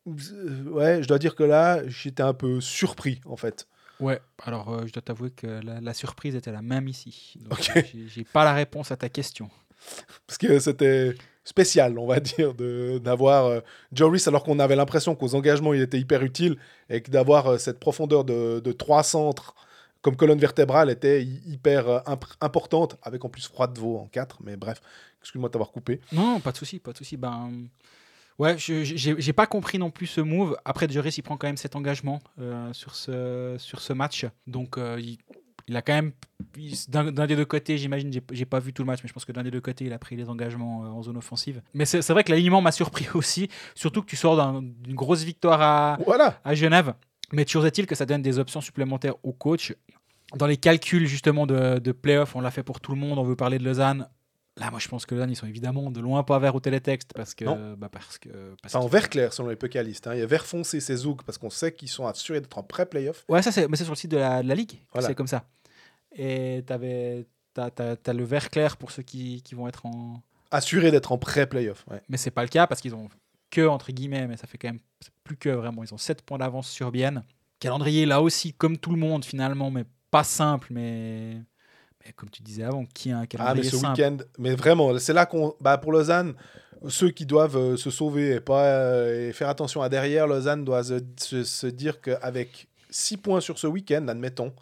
Ouais, je dois dire que là, j'étais un peu surpris, en fait. Ouais, alors je dois t'avouer que la surprise était la même ici. Donc, Ok. j'ai pas la réponse à ta question. Parce que c'était spécial, on va dire, d'avoir Joris, alors qu'on avait l'impression qu'aux engagements, il était hyper utile, et que d'avoir cette profondeur de 3 centres comme colonne vertébrale était hyper importante, avec en plus Froidevaux en 4, mais bref, excuse-moi de t'avoir coupé. Non, pas de souci, pas de souci. Ben, ouais, j'ai pas compris non plus ce move. Après, Joris, il prend quand même cet engagement sur ce match. Donc, il a quand même, d'un des deux côtés, j'imagine, j'ai pas vu tout le match, mais je pense que d'un des deux côtés, il a pris les engagements en zone offensive. Mais c'est vrai que l'alignement m'a surpris aussi, surtout que tu sors d'une grosse victoire Voilà. à Genève. Mais toujours est-il que ça donne des options supplémentaires au coach. Dans les calculs justement de play-off, on l'a fait pour tout le monde, on veut parler de Lausanne. Là, moi, je pense que Lausanne, ils sont évidemment de loin pas verts au télétexte parce que... Enfin, en vert clair, selon les pécalistes. Hein. Il y a vert foncé, c'est Zouk, parce qu'on sait qu'ils sont assurés d'être en pré-playoff. Ouais, mais c'est sur le site de la Ligue, voilà. C'est comme ça. Et t'as le vert clair pour ceux qui vont être en... Assurés d'être en pré-playoff, ouais. Mais c'est pas le cas parce qu'ils ont que, entre guillemets, mais ça fait quand même plus que vraiment. Ils ont 7 points d'avance sur Bienne. Calendrier, là aussi, comme tout le monde, finalement, mais pas simple, mais comme tu disais avant, qui a un calendrier simple. Mais ce week-end, mais vraiment, c'est là qu'on... pour Lausanne, ceux qui doivent se sauver et faire attention à derrière, Lausanne doit se dire qu'avec 6 points sur ce week-end, admettons,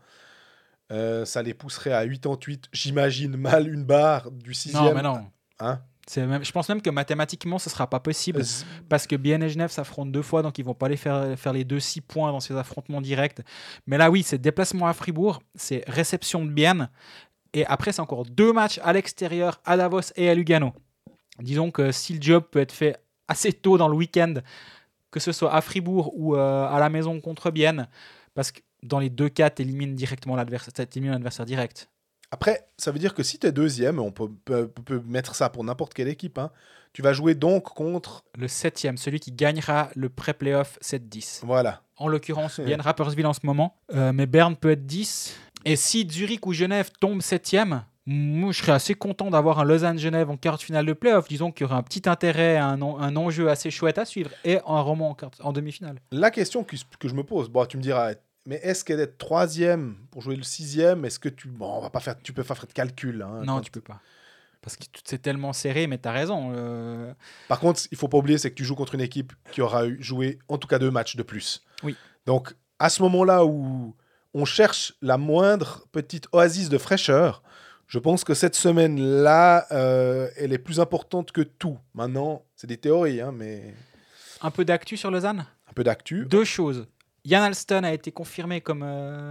ça les pousserait à 88, j'imagine, mal une barre du 6e. Non, mais non. Hein? Je pense même que mathématiquement, ce ne sera pas possible parce que Bienne et Genève s'affrontent 2 fois, donc ils ne vont pas aller faire les 2-6 points dans ces affrontements directs. Mais là, oui, c'est déplacement à Fribourg, c'est réception de Bienne, et après, c'est encore 2 matchs à l'extérieur, à Davos et à Lugano. Disons que si le job peut être fait assez tôt dans le week-end, que ce soit à Fribourg ou à la maison contre Bienne, parce que dans les 2 cas, tu élimines directement l'adversaire direct. Après, ça veut dire que si tu es deuxième, on peut mettre ça pour n'importe quelle équipe, hein, tu vas jouer donc contre... Le 7e, celui qui gagnera le pré-playoff 7-10. Voilà. En l'occurrence, Bienne Rapperswil en ce moment. Mais Berne peut être 10. Et si Zurich ou Genève tombe 7e, moi, je serais assez content d'avoir un Lausanne-Genève en quart de finale de playoff. Disons qu'il y aurait un petit intérêt, un enjeu assez chouette à suivre. Et un roman en demi-finale. La question que je me pose, tu me diras... Mais est-ce qu'elle est 3e pour jouer le 6e? Est-ce que tu peux pas faire de calcul, hein, non, tu peux pas. Parce que c'est tellement serré, mais tu as raison. Par contre, il faut pas oublier, c'est que tu joues contre une équipe qui aura joué en tout cas 2 matchs de plus. Oui. Donc, à ce moment-là où on cherche la moindre petite oasis de fraîcheur, je pense que cette semaine-là, elle est plus importante que tout. Maintenant, c'est des théories, hein, mais... Un peu d'actu sur Lausanne? Un peu d'actu. 2 choses. Jan Alston a été confirmé comme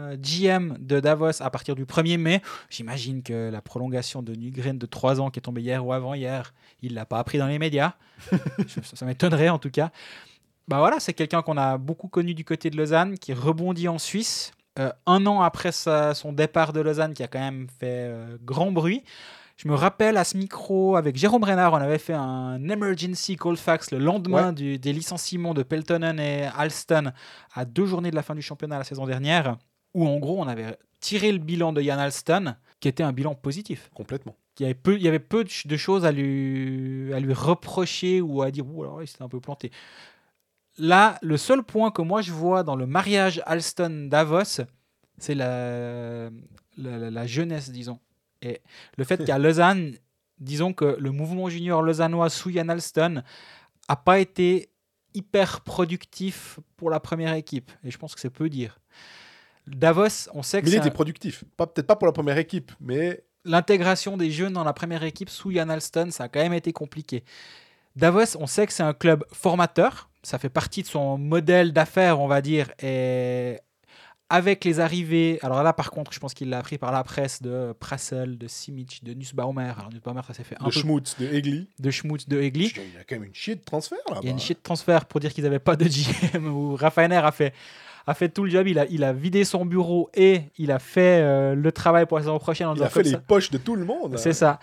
GM de Davos à partir du 1er mai. J'imagine que la prolongation de Nygren de 3 ans qui est tombée hier ou avant-hier, il ne l'a pas appris dans les médias. ça m'étonnerait en tout cas. Bah voilà, c'est quelqu'un qu'on a beaucoup connu du côté de Lausanne, qui rebondit en Suisse. 1 an après son départ de Lausanne, qui a quand même fait grand bruit. Je me rappelle à ce micro, avec Jérôme Renard, on avait fait un emergency Colfax le lendemain des licenciements de Peltonen et Alston à 2 journées de la fin du championnat la saison dernière, où en gros on avait tiré le bilan de Jan Alston, qui était un bilan positif. Complètement. Il y avait peu de choses à lui reprocher ou à dire « alors il s'était un peu planté ». Là, le seul point que moi je vois dans le mariage Alston-Davos, c'est la jeunesse, disons. Et le fait qu'à Lausanne, disons que le mouvement junior lausannois sous Jan Alston n'a pas été hyper productif pour la première équipe. Et je pense que c'est peu dire. Davos, on sait que il était productif. Peut-être pas pour la première équipe, mais... L'intégration des jeunes dans la première équipe sous Jan Alston, ça a quand même été compliqué. Davos, on sait que c'est un club formateur. Ça fait partie de son modèle d'affaires, on va dire. Et... avec les arrivées, alors là par contre, je pense qu'il l'a appris par la presse de Prassel, de Simic, de Nussbaumer. Alors Nussbaumer, ça s'est fait un peu... Schmutz, de Egli. De Schmutz, de Egli. Il y a quand même une chier de transfert là-bas. Il y a une chier de transfert pour dire qu'ils n'avaient pas de GM, où Rafaener a fait tout le job. Il a vidé son bureau et il a fait le travail pour la saison prochaine. Il a fait les poches de tout le monde. C'est ça.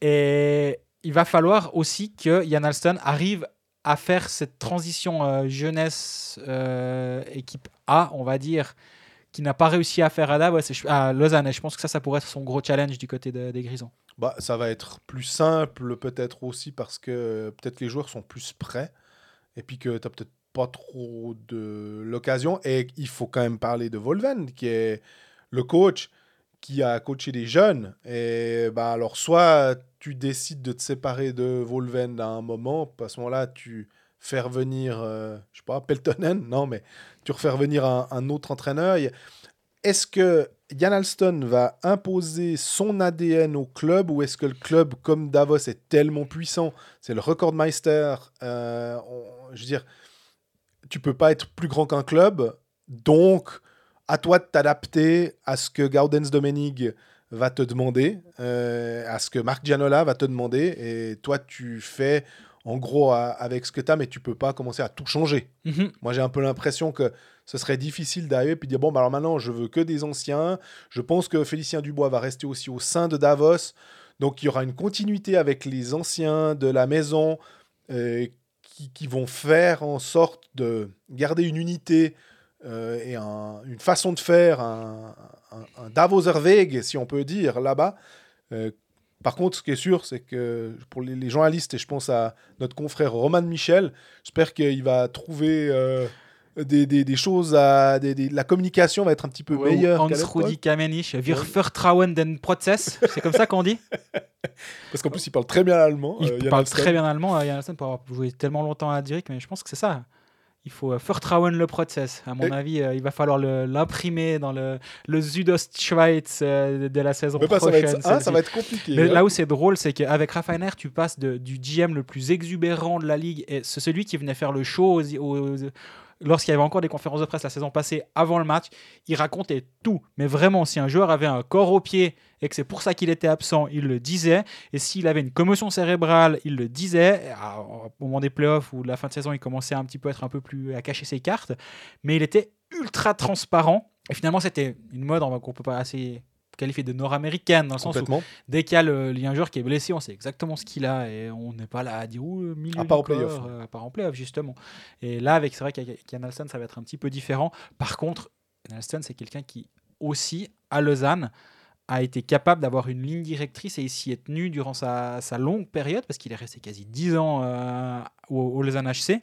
Et il va falloir aussi que Jan Alston arrive à faire cette transition jeunesse équipe A, on va dire, qui n'a pas réussi à faire à Lausanne. Et je pense que ça pourrait être son gros challenge du côté des Grisons. Ça va être plus simple peut-être aussi parce que peut-être les joueurs sont plus prêts et puis que tu n'as peut-être pas trop de l'occasion. Et il faut quand même parler de Volven, qui est le coach qui a coaché des jeunes. Et alors, soit tu décides de te séparer de Volven à un moment, à ce moment-là, tu fais revenir, je sais pas, Peltonen, non, mais tu refais revenir un autre entraîneur. Est-ce que Jan Alston va imposer son ADN au club ou est-ce que le club, comme Davos, est tellement puissant, c'est le Rekordmeister, je veux dire, tu peux pas être plus grand qu'un club, donc à toi de t'adapter à ce que Gaudens Domenig va te demander, à ce que Marc Gianola va te demander, et toi tu fais en gros avec ce que tu as, mais tu peux pas commencer à tout changer. Moi j'ai un peu l'impression que ce serait difficile d'arriver et puis dire bon, alors maintenant je veux que des anciens. Je pense que Félicien Dubois va rester aussi au sein de Davos, donc il y aura une continuité avec les anciens de la maison qui vont faire en sorte de garder une unité et une façon de faire, un Davoser Weg, si on peut dire, là-bas. Par contre, ce qui est sûr, c'est que pour les journalistes, et je pense à notre confrère Roman Michel, j'espère qu'il va trouver des choses, la communication va être un petit peu meilleure. Hans-Rudi Kamenisch, wir vertrauen den Prozess, c'est comme ça qu'on dit. Parce qu'en plus, il parle très bien allemand. Il parle très bien allemand, Jan Alston, pour avoir joué tellement longtemps à Zurich, mais je pense que c'est ça. Il faut vertrauen le Prozess. À mon avis, il va falloir l'imprimer dans le Südostschweiz de la saison prochaine. Ça va être compliqué. Mais là où c'est drôle, c'est qu'avec Raffiner, tu passes du GM le plus exubérant de la ligue, et c'est celui qui venait faire le show lorsqu'il y avait encore des conférences de presse la saison passée, avant le match. Il racontait tout. Mais vraiment, si un joueur avait un corps au pied et que c'est pour ça qu'il était absent, il le disait. Et s'il avait une commotion cérébrale, il le disait. Au moment des playoffs ou de la fin de saison, il commençait un petit peu à être un peu plus à cacher ses cartes. Mais il était ultra transparent. Et finalement, c'était une mode qu'on peut pas assez qualifiée de nord-américaine, dans le sens où dès qu'il y a un joueur qui est blessé, on sait exactement ce qu'il a et on n'est pas là à dire milieu du corps, à part en play-off justement. Et là, c'est vrai qu'avec Jan Alston, ça va être un petit peu différent. Par contre, Jan Alston, c'est quelqu'un qui aussi, à Lausanne, a été capable d'avoir une ligne directrice et il s'y est tenu durant sa longue période, parce qu'il est resté quasi 10 ans au Lausanne HC.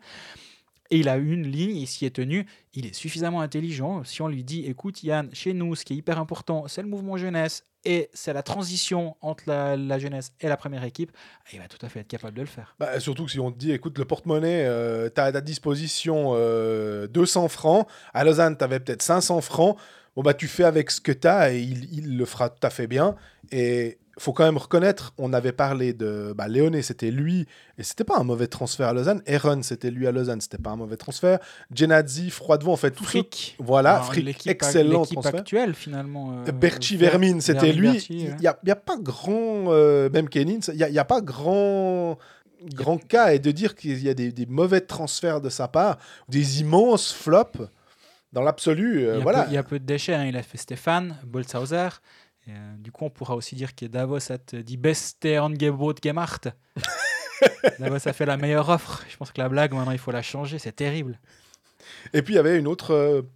Et il a eu une ligne, il s'y est tenu. Il est suffisamment intelligent. Si on lui dit, écoute Yann, chez nous, ce qui est hyper important, c'est le mouvement jeunesse et c'est la transition entre la jeunesse et la première équipe, il va tout à fait être capable de le faire. Surtout que si on te dit, écoute, le porte-monnaie, tu as à ta disposition 200 francs. À Lausanne, tu avais peut-être 500 francs. Bon, tu fais avec ce que tu as et il le fera tout à fait bien. Et il faut quand même reconnaître, on avait parlé de Léoné, c'était lui, et c'était pas un mauvais transfert à Lausanne. Aaron, c'était lui à Lausanne, c'était pas un mauvais transfert. Genadzi, Froidevaux, en fait, tout Frick. Voilà, Frick, excellent l'équipe transfert. Actuelle, finalement. Berchi Vermin, c'était lui. Il y a pas grand, même Kenins, il y a pas grand cas, et de dire qu'il y a des mauvais transferts de sa part, des immenses flops, dans l'absolu, voilà. Il y a peu de déchets, hein. Il a fait Stéphane, Bolzhauser. Du coup, on pourra aussi dire que Davos a die beste Angebot gemacht. Davos a fait la meilleure offre. Je pense que la blague, maintenant, il faut la changer. C'est terrible. Et puis, il y avait une autre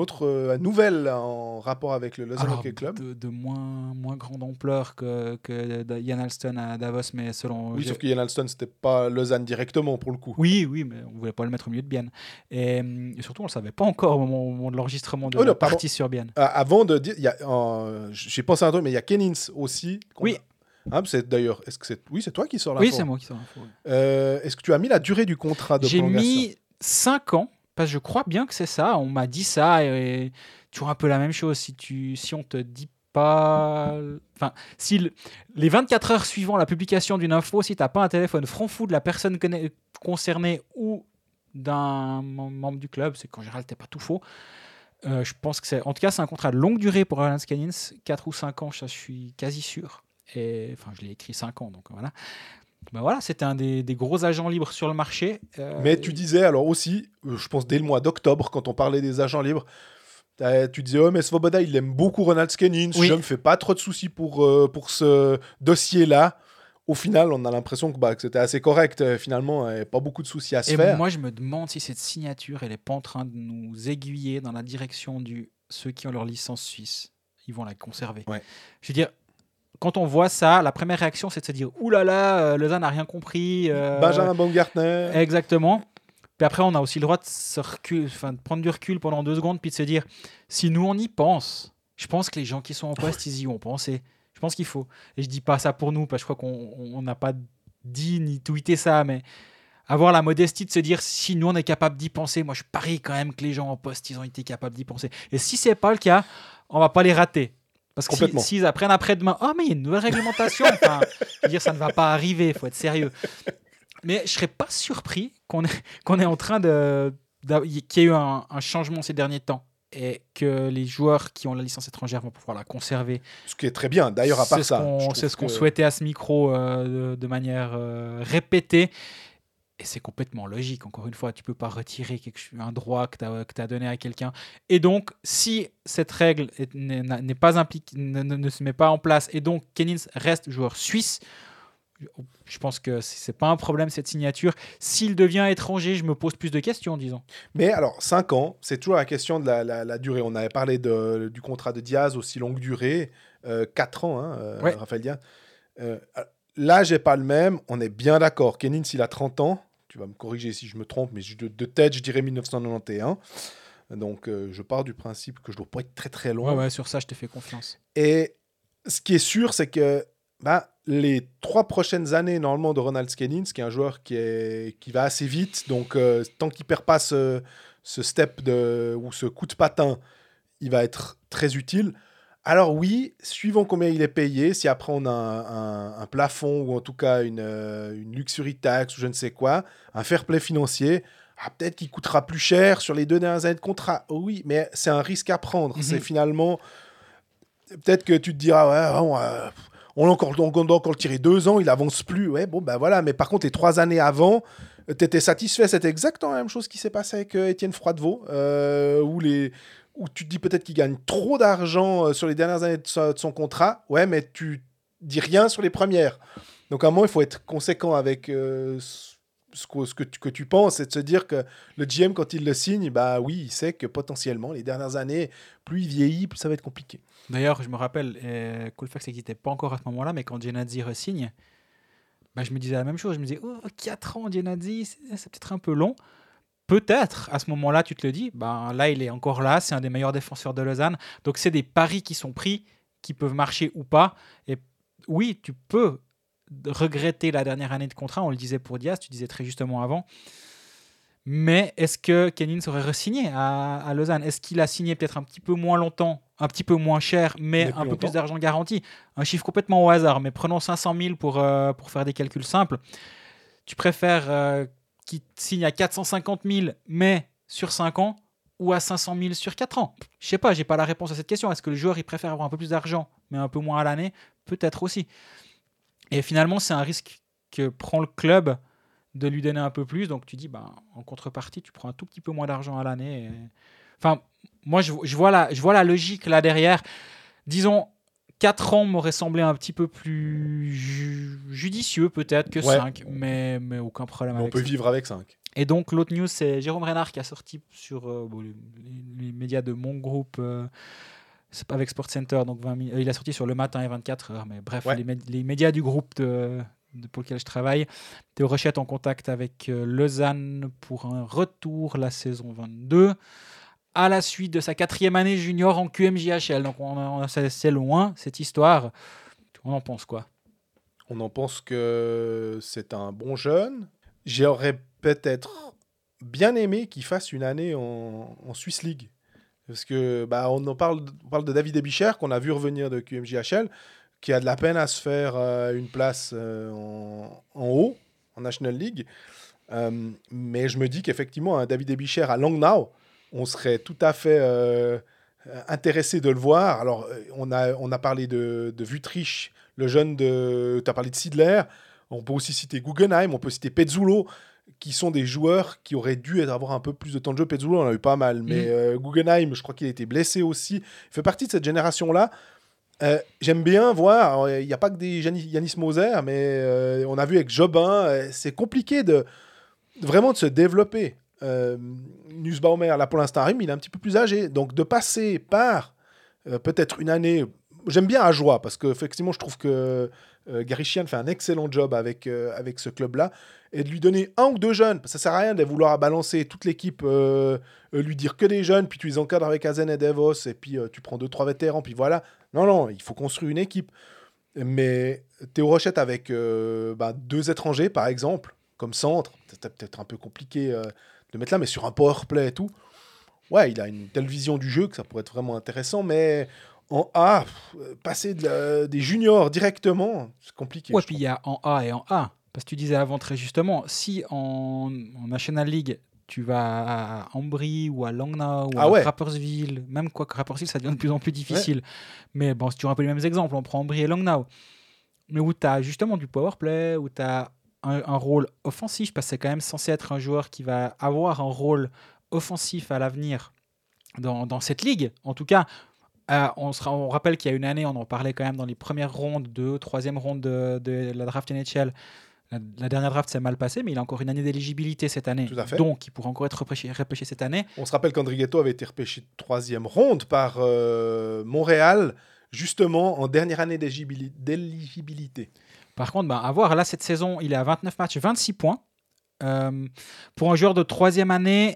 nouvelle en rapport avec le Lausanne Hockey Club. De moins grande ampleur que Jan Alston à Davos, mais selon... Oui, sauf que Jan Alston, c'était pas Lausanne directement, pour le coup. Oui, mais on voulait pas le mettre au milieu de Bienne. Et surtout, on le savait pas encore au moment de l'enregistrement de la partie sur Bienne. Avant de dire, j'ai pensé à un truc, mais il y a Kenins aussi. Oui. C'est d'ailleurs, c'est toi qui sors l'info. Oui, c'est moi qui sors l'info. Est-ce que tu as mis la durée du contrat de prolongation ? J'ai mis 5 ans. Parce que je crois bien que c'est ça. On m'a dit ça et toujours un peu la même chose. Si on te dit pas... Enfin, si les 24 heures suivant la publication d'une info, si tu n'as pas un téléphone franc fou de la personne concernée ou d'un membre du club, c'est qu'en général, tu n'es pas tout faux. Je pense que c'est... En tout cas, c'est un contrat de longue durée pour Roland Scannins. 4 ou 5 ans, ça, je suis quasi sûr. Et, enfin, je l'ai écrit 5 ans, donc voilà. Voilà, c'était un des gros agents libres sur le marché. Mais tu disais alors aussi, je pense dès le mois d'octobre, quand on parlait des agents libres, tu disais mais Svoboda, il aime beaucoup Ronald Scannins, oui. Je ne me fais pas trop de soucis pour ce dossier-là. Au final, on a l'impression que c'était assez correct, finalement, et pas beaucoup de soucis à se faire. Et moi, je me demande si cette signature, elle n'est pas en train de nous aiguiller dans la direction de ceux qui ont leur licence suisse. Ils vont la conserver. Ouais. Je veux dire, quand on voit ça, la première réaction, c'est de se dire « Ouh là là, Lausanne n'a rien compris. » Benjamin Baumgartner. Exactement. Puis après, on a aussi le droit de de prendre du recul pendant 2 secondes, puis de se dire, si nous, on y pense, je pense que les gens qui sont en poste, ils y ont pensé. Je pense qu'il faut. Et je dis pas ça pour nous, parce que je crois qu'on n'a pas dit ni tweeté ça, mais avoir la modestie de se dire, si nous, on est capable d'y penser, moi, je parie quand même que les gens en poste, ils ont été capables d'y penser. Et si c'est pas le cas, on va pas les rater. Parce que s'ils apprennent après-demain, mais il y a une nouvelle réglementation, je veux dire, ça ne va pas arriver, il faut être sérieux. Mais je ne serais pas surpris qu'on est en train qu'il y ait eu un changement ces derniers temps et que les joueurs qui ont la licence étrangère vont pouvoir la conserver. Ce qui est très bien, d'ailleurs, à part ça. C'est ce qu'on souhaitait à ce micro de manière répétée. Et c'est complètement logique. Encore une fois, tu ne peux pas retirer un droit que tu as donné à quelqu'un. Et donc, si cette règle n'est pas impliquée, ne se met pas en place, et donc Kenins reste joueur suisse, je pense que ce n'est pas un problème, cette signature. S'il devient étranger, je me pose plus de questions, disons. Mais alors, 5 ans, c'est toujours la question de la durée. On avait parlé du contrat de Diaz, aussi longue durée. 4 ans, ouais. Raphaël Diaz. Là, j'ai pas le même. On est bien d'accord. Kenins, il a 30 ans. Tu vas me corriger si je me trompe, mais de tête, je dirais 1991. Donc, je pars du principe que je dois pas être très, très loin. Ouais, sur ça, je te fais confiance. Et ce qui est sûr, c'est que les 3 prochaines années, normalement, de Ronald Kenins, qui est un joueur qui va assez vite, donc tant qu'il perd pas ce step ou ce coup de patin, il va être très utile. Alors oui, suivant combien il est payé, si après on a un plafond ou en tout cas une luxury tax ou je ne sais quoi, un fair play financier, peut-être qu'il coûtera plus cher sur les 2 dernières années de contrat. Oui, mais c'est un risque à prendre. C'est finalement... Peut-être que tu te diras, on doit encore le tirer 2 ans, il avance plus. Ouais, voilà. Mais par contre, les 3 années avant, tu étais satisfait. C'était exactement la même chose qui s'est passé avec Étienne Froidevaux, où tu te dis peut-être qu'il gagne trop d'argent sur les dernières années de son contrat. Ouais, mais tu dis rien sur les premières. Donc à un moment, il faut être conséquent avec ce que tu penses, et de se dire que le GM, quand il le signe, oui, il sait que potentiellement, les dernières années, plus il vieillit, plus ça va être compliqué. D'ailleurs, je me rappelle, Colfax n'existait pas encore à ce moment-là, mais quand Genadzi re-signe, je me disais la même chose. Je me disais, 4 ans, Genadzi, c'est peut-être un peu long. Peut-être, à ce moment-là, tu te le dis, là, il est encore là, c'est un des meilleurs défenseurs de Lausanne. Donc, c'est des paris qui sont pris, qui peuvent marcher ou pas. Et oui, tu peux regretter la dernière année de contrat, on le disait pour Diaz, tu disais très justement avant. Mais est-ce que Kenins aurait re-signé à Lausanne ? Est-ce qu'il a signé peut-être un petit peu moins longtemps, un petit peu moins cher, mais un peu plus d'argent garanti ? Un chiffre complètement au hasard, mais prenons 500 000 pour faire des calculs simples. Tu préfères qu'il signe à 450 000, mais sur 5 ans, ou à 500 000 sur 4 ans ? Je ne sais pas, je n'ai pas la réponse à cette question. Est-ce que le joueur il préfère avoir un peu plus d'argent, mais un peu moins à l'année ? Peut-être aussi. Et finalement, c'est un risque que prend le club de lui donner un peu plus. Donc, tu dis, en contrepartie, tu prends un tout petit peu moins d'argent à l'année. Enfin, moi, je vois la logique là derrière. Disons, 4 ans m'aurait semblé un petit peu plus judicieux peut-être que 5, mais aucun problème avec ça. On peut vivre avec 5. Et donc, l'autre news, c'est Jérôme Renard qui a sorti sur les médias de mon groupe... c'est pas avec SportsCenter, donc il a sorti sur Le Matin et 24 heures, mais bref, les médias du groupe pour lequel je travaille. Théo Rochette en contact avec Lausanne pour un retour la saison 22, à la suite de sa 4e année junior en QMJHL. Donc c'est loin, cette histoire. On en pense quoi ? On en pense que c'est un bon jeune. J'aurais peut-être bien aimé qu'il fasse une année en Swiss League. Parce que on parle de David Ebicher, qu'on a vu revenir de QMJHL, qui a de la peine à se faire une place en haut, en National League. Mais je me dis qu'effectivement, un David Ebicher à Langnau, on serait tout à fait intéressé de le voir. Alors, on a parlé de Wüttrich, le jeune tu as parlé de Sidler. On peut aussi citer Guggenheim, on peut citer Pezzulo, qui sont des joueurs qui auraient dû avoir un peu plus de temps de jeu. Pezzulo, on en a eu pas mal, mais Guggenheim, je crois qu'il a été blessé aussi. Il fait partie de cette génération-là. J'aime bien voir, il n'y a pas que des Yanis Moser, mais on a vu avec Jobin, c'est compliqué vraiment de se développer. Nussbaumer, là pour l'instant, il est un petit peu plus âgé, donc de passer par peut-être une année j'aime bien Ajoie parce que effectivement, je trouve que Gary Sheehan fait un excellent job avec ce club-là, et de lui donner un ou deux jeunes, parce que ça sert à rien de vouloir balancer toute l'équipe, lui dire que des jeunes, puis tu les encadres avec Hazen et Devos, et puis tu prends 2-3 vétérans, puis voilà. Non, il faut construire une équipe. Mais Théo Rochette avec 2 étrangers, par exemple, comme centre, c'était peut-être un peu compliqué de le mettre là, mais sur un power play et tout, ouais, il a une telle vision du jeu que ça pourrait être vraiment intéressant, mais en A, passer des juniors directement, c'est compliqué. Ouais, puis il y a en A et en A. Parce que tu disais avant très justement, si en National League, tu vas à Ambry ou à Langnau ou à Rapperswil, même quoi que Rapperswil, ça devient de plus en plus difficile. Ouais. Mais bon, c'est toujours un peu les mêmes exemples. On prend Ambry et Langnau. Mais où tu as justement du powerplay, où tu as un rôle offensif, parce que c'est quand même censé être un joueur qui va avoir un rôle offensif à l'avenir dans cette ligue. En tout cas, on rappelle qu'il y a une année, on en parlait quand même dans les premières rondes, 3e ronde de la draft NHL. La dernière draft s'est mal passée, mais il a encore une année d'éligibilité cette année. Tout à fait. Donc, il pourra encore être repêché cette année. On se rappelle qu'Andrighetto avait été repêché 3e ronde par Montréal, justement en dernière année d'éligibilité. Par contre, à voir, là, cette saison, il est à 29 matchs, 26 points. Pour un joueur de 3e année,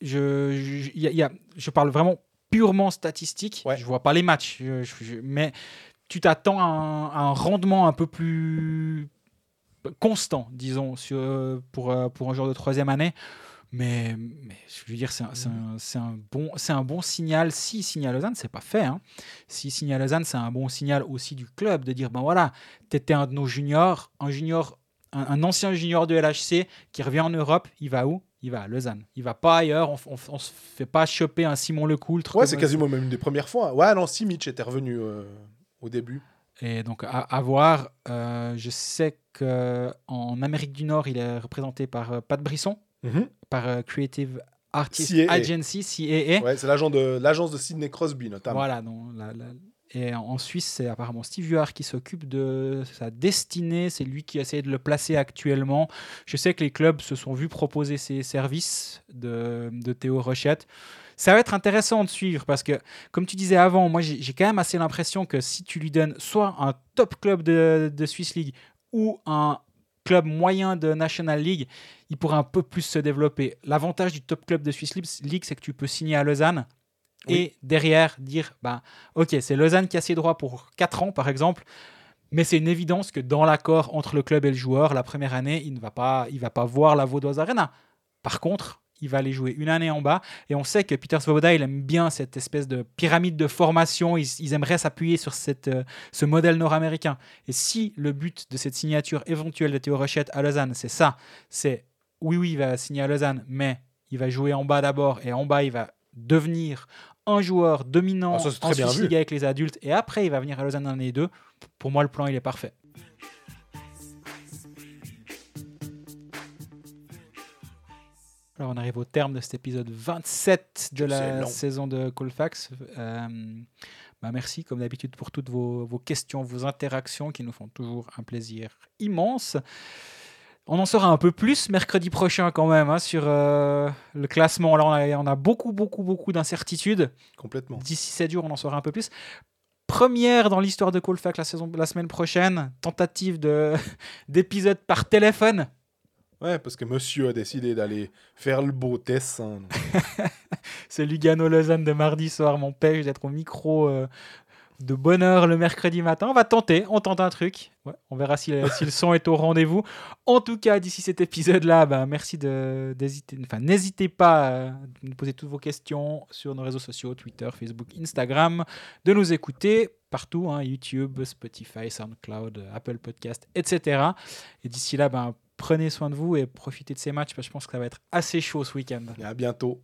je parle vraiment purement statistique. Ouais. Je ne vois pas les matchs, mais tu t'attends à un rendement un peu plus constant, disons, pour un joueur de 3e année. Mais je veux dire, c'est un bon signal. Si signe à Lausanne, c'est pas fait. Hein. Si signe à Lausanne, c'est un bon signal aussi du club de dire, voilà, t'étais un de nos juniors, un ancien junior de LHC qui revient en Europe, il va où ? Il va à Lausanne. Il va pas ailleurs. On se fait pas choper un Simon Lecoultre. Ouais, c'est quasiment même une des premières fois. Ouais, non, Simic était revenu au début. Et donc, à voir. Je sais qu'en Amérique du Nord, il est représenté par Pat Brisson, par Creative Artist CAA. Agency, CAA. Ouais, c'est l'agence de Sidney Crosby, notamment. Voilà. Et en Suisse, c'est apparemment Steve Huard qui s'occupe de sa destinée. C'est lui qui a essayé de le placer actuellement. Je sais que les clubs se sont vus proposer ces services de Théo Rochette. Ça va être intéressant de suivre parce que, comme tu disais avant, moi j'ai quand même assez l'impression que si tu lui donnes soit un top club de Swiss League ou un club moyen de National League, il pourrait un peu plus se développer. L'avantage du top club de Swiss League, c'est que tu peux signer à Lausanne. Oui. Et derrière, dire, ok, c'est Lausanne qui a ses droits pour 4 ans, par exemple, mais c'est une évidence que dans l'accord entre le club et le joueur, la première année, il va pas voir la Vaudoise Arena. Par contre, il va aller jouer une année en bas, et on sait que Peter Svoboda, il aime bien cette espèce de pyramide de formation, ils aimeraient s'appuyer sur ce modèle nord-américain. Et si le but de cette signature éventuelle de Théo Rochette à Lausanne, c'est ça, c'est oui, il va signer à Lausanne, mais il va jouer en bas d'abord, et en bas, il va devenir un joueur dominant en Swiss League avec les adultes, et après il va venir à Lausanne en année 2. Pour moi, le plan il est parfait. Alors on arrive au terme de cet épisode 27 de la saison de Colfax. Merci comme d'habitude pour toutes vos questions, vos interactions qui nous font toujours un plaisir immense. On en saura un peu plus mercredi prochain quand même sur le classement. Là, on a beaucoup d'incertitudes. Complètement. D'ici 7 jours, on en saura un peu plus. Première dans l'histoire de Colfax la semaine prochaine. Tentative d'épisode par téléphone. Ouais, parce que monsieur a décidé d'aller faire le beau test. Hein. C'est Lugano-Lausanne de mardi soir. Mon père d'être au micro de bonne heure le mercredi matin. On tente un truc. Ouais, on verra si le son est au rendez-vous. En tout cas, d'ici cet épisode-là, merci d'hésiter. Enfin, n'hésitez pas à nous poser toutes vos questions sur nos réseaux sociaux, Twitter, Facebook, Instagram, de nous écouter partout, YouTube, Spotify, SoundCloud, Apple Podcast, etc. Et d'ici là, prenez soin de vous et profitez de ces matchs parce que je pense que ça va être assez chaud ce week-end. Et à bientôt.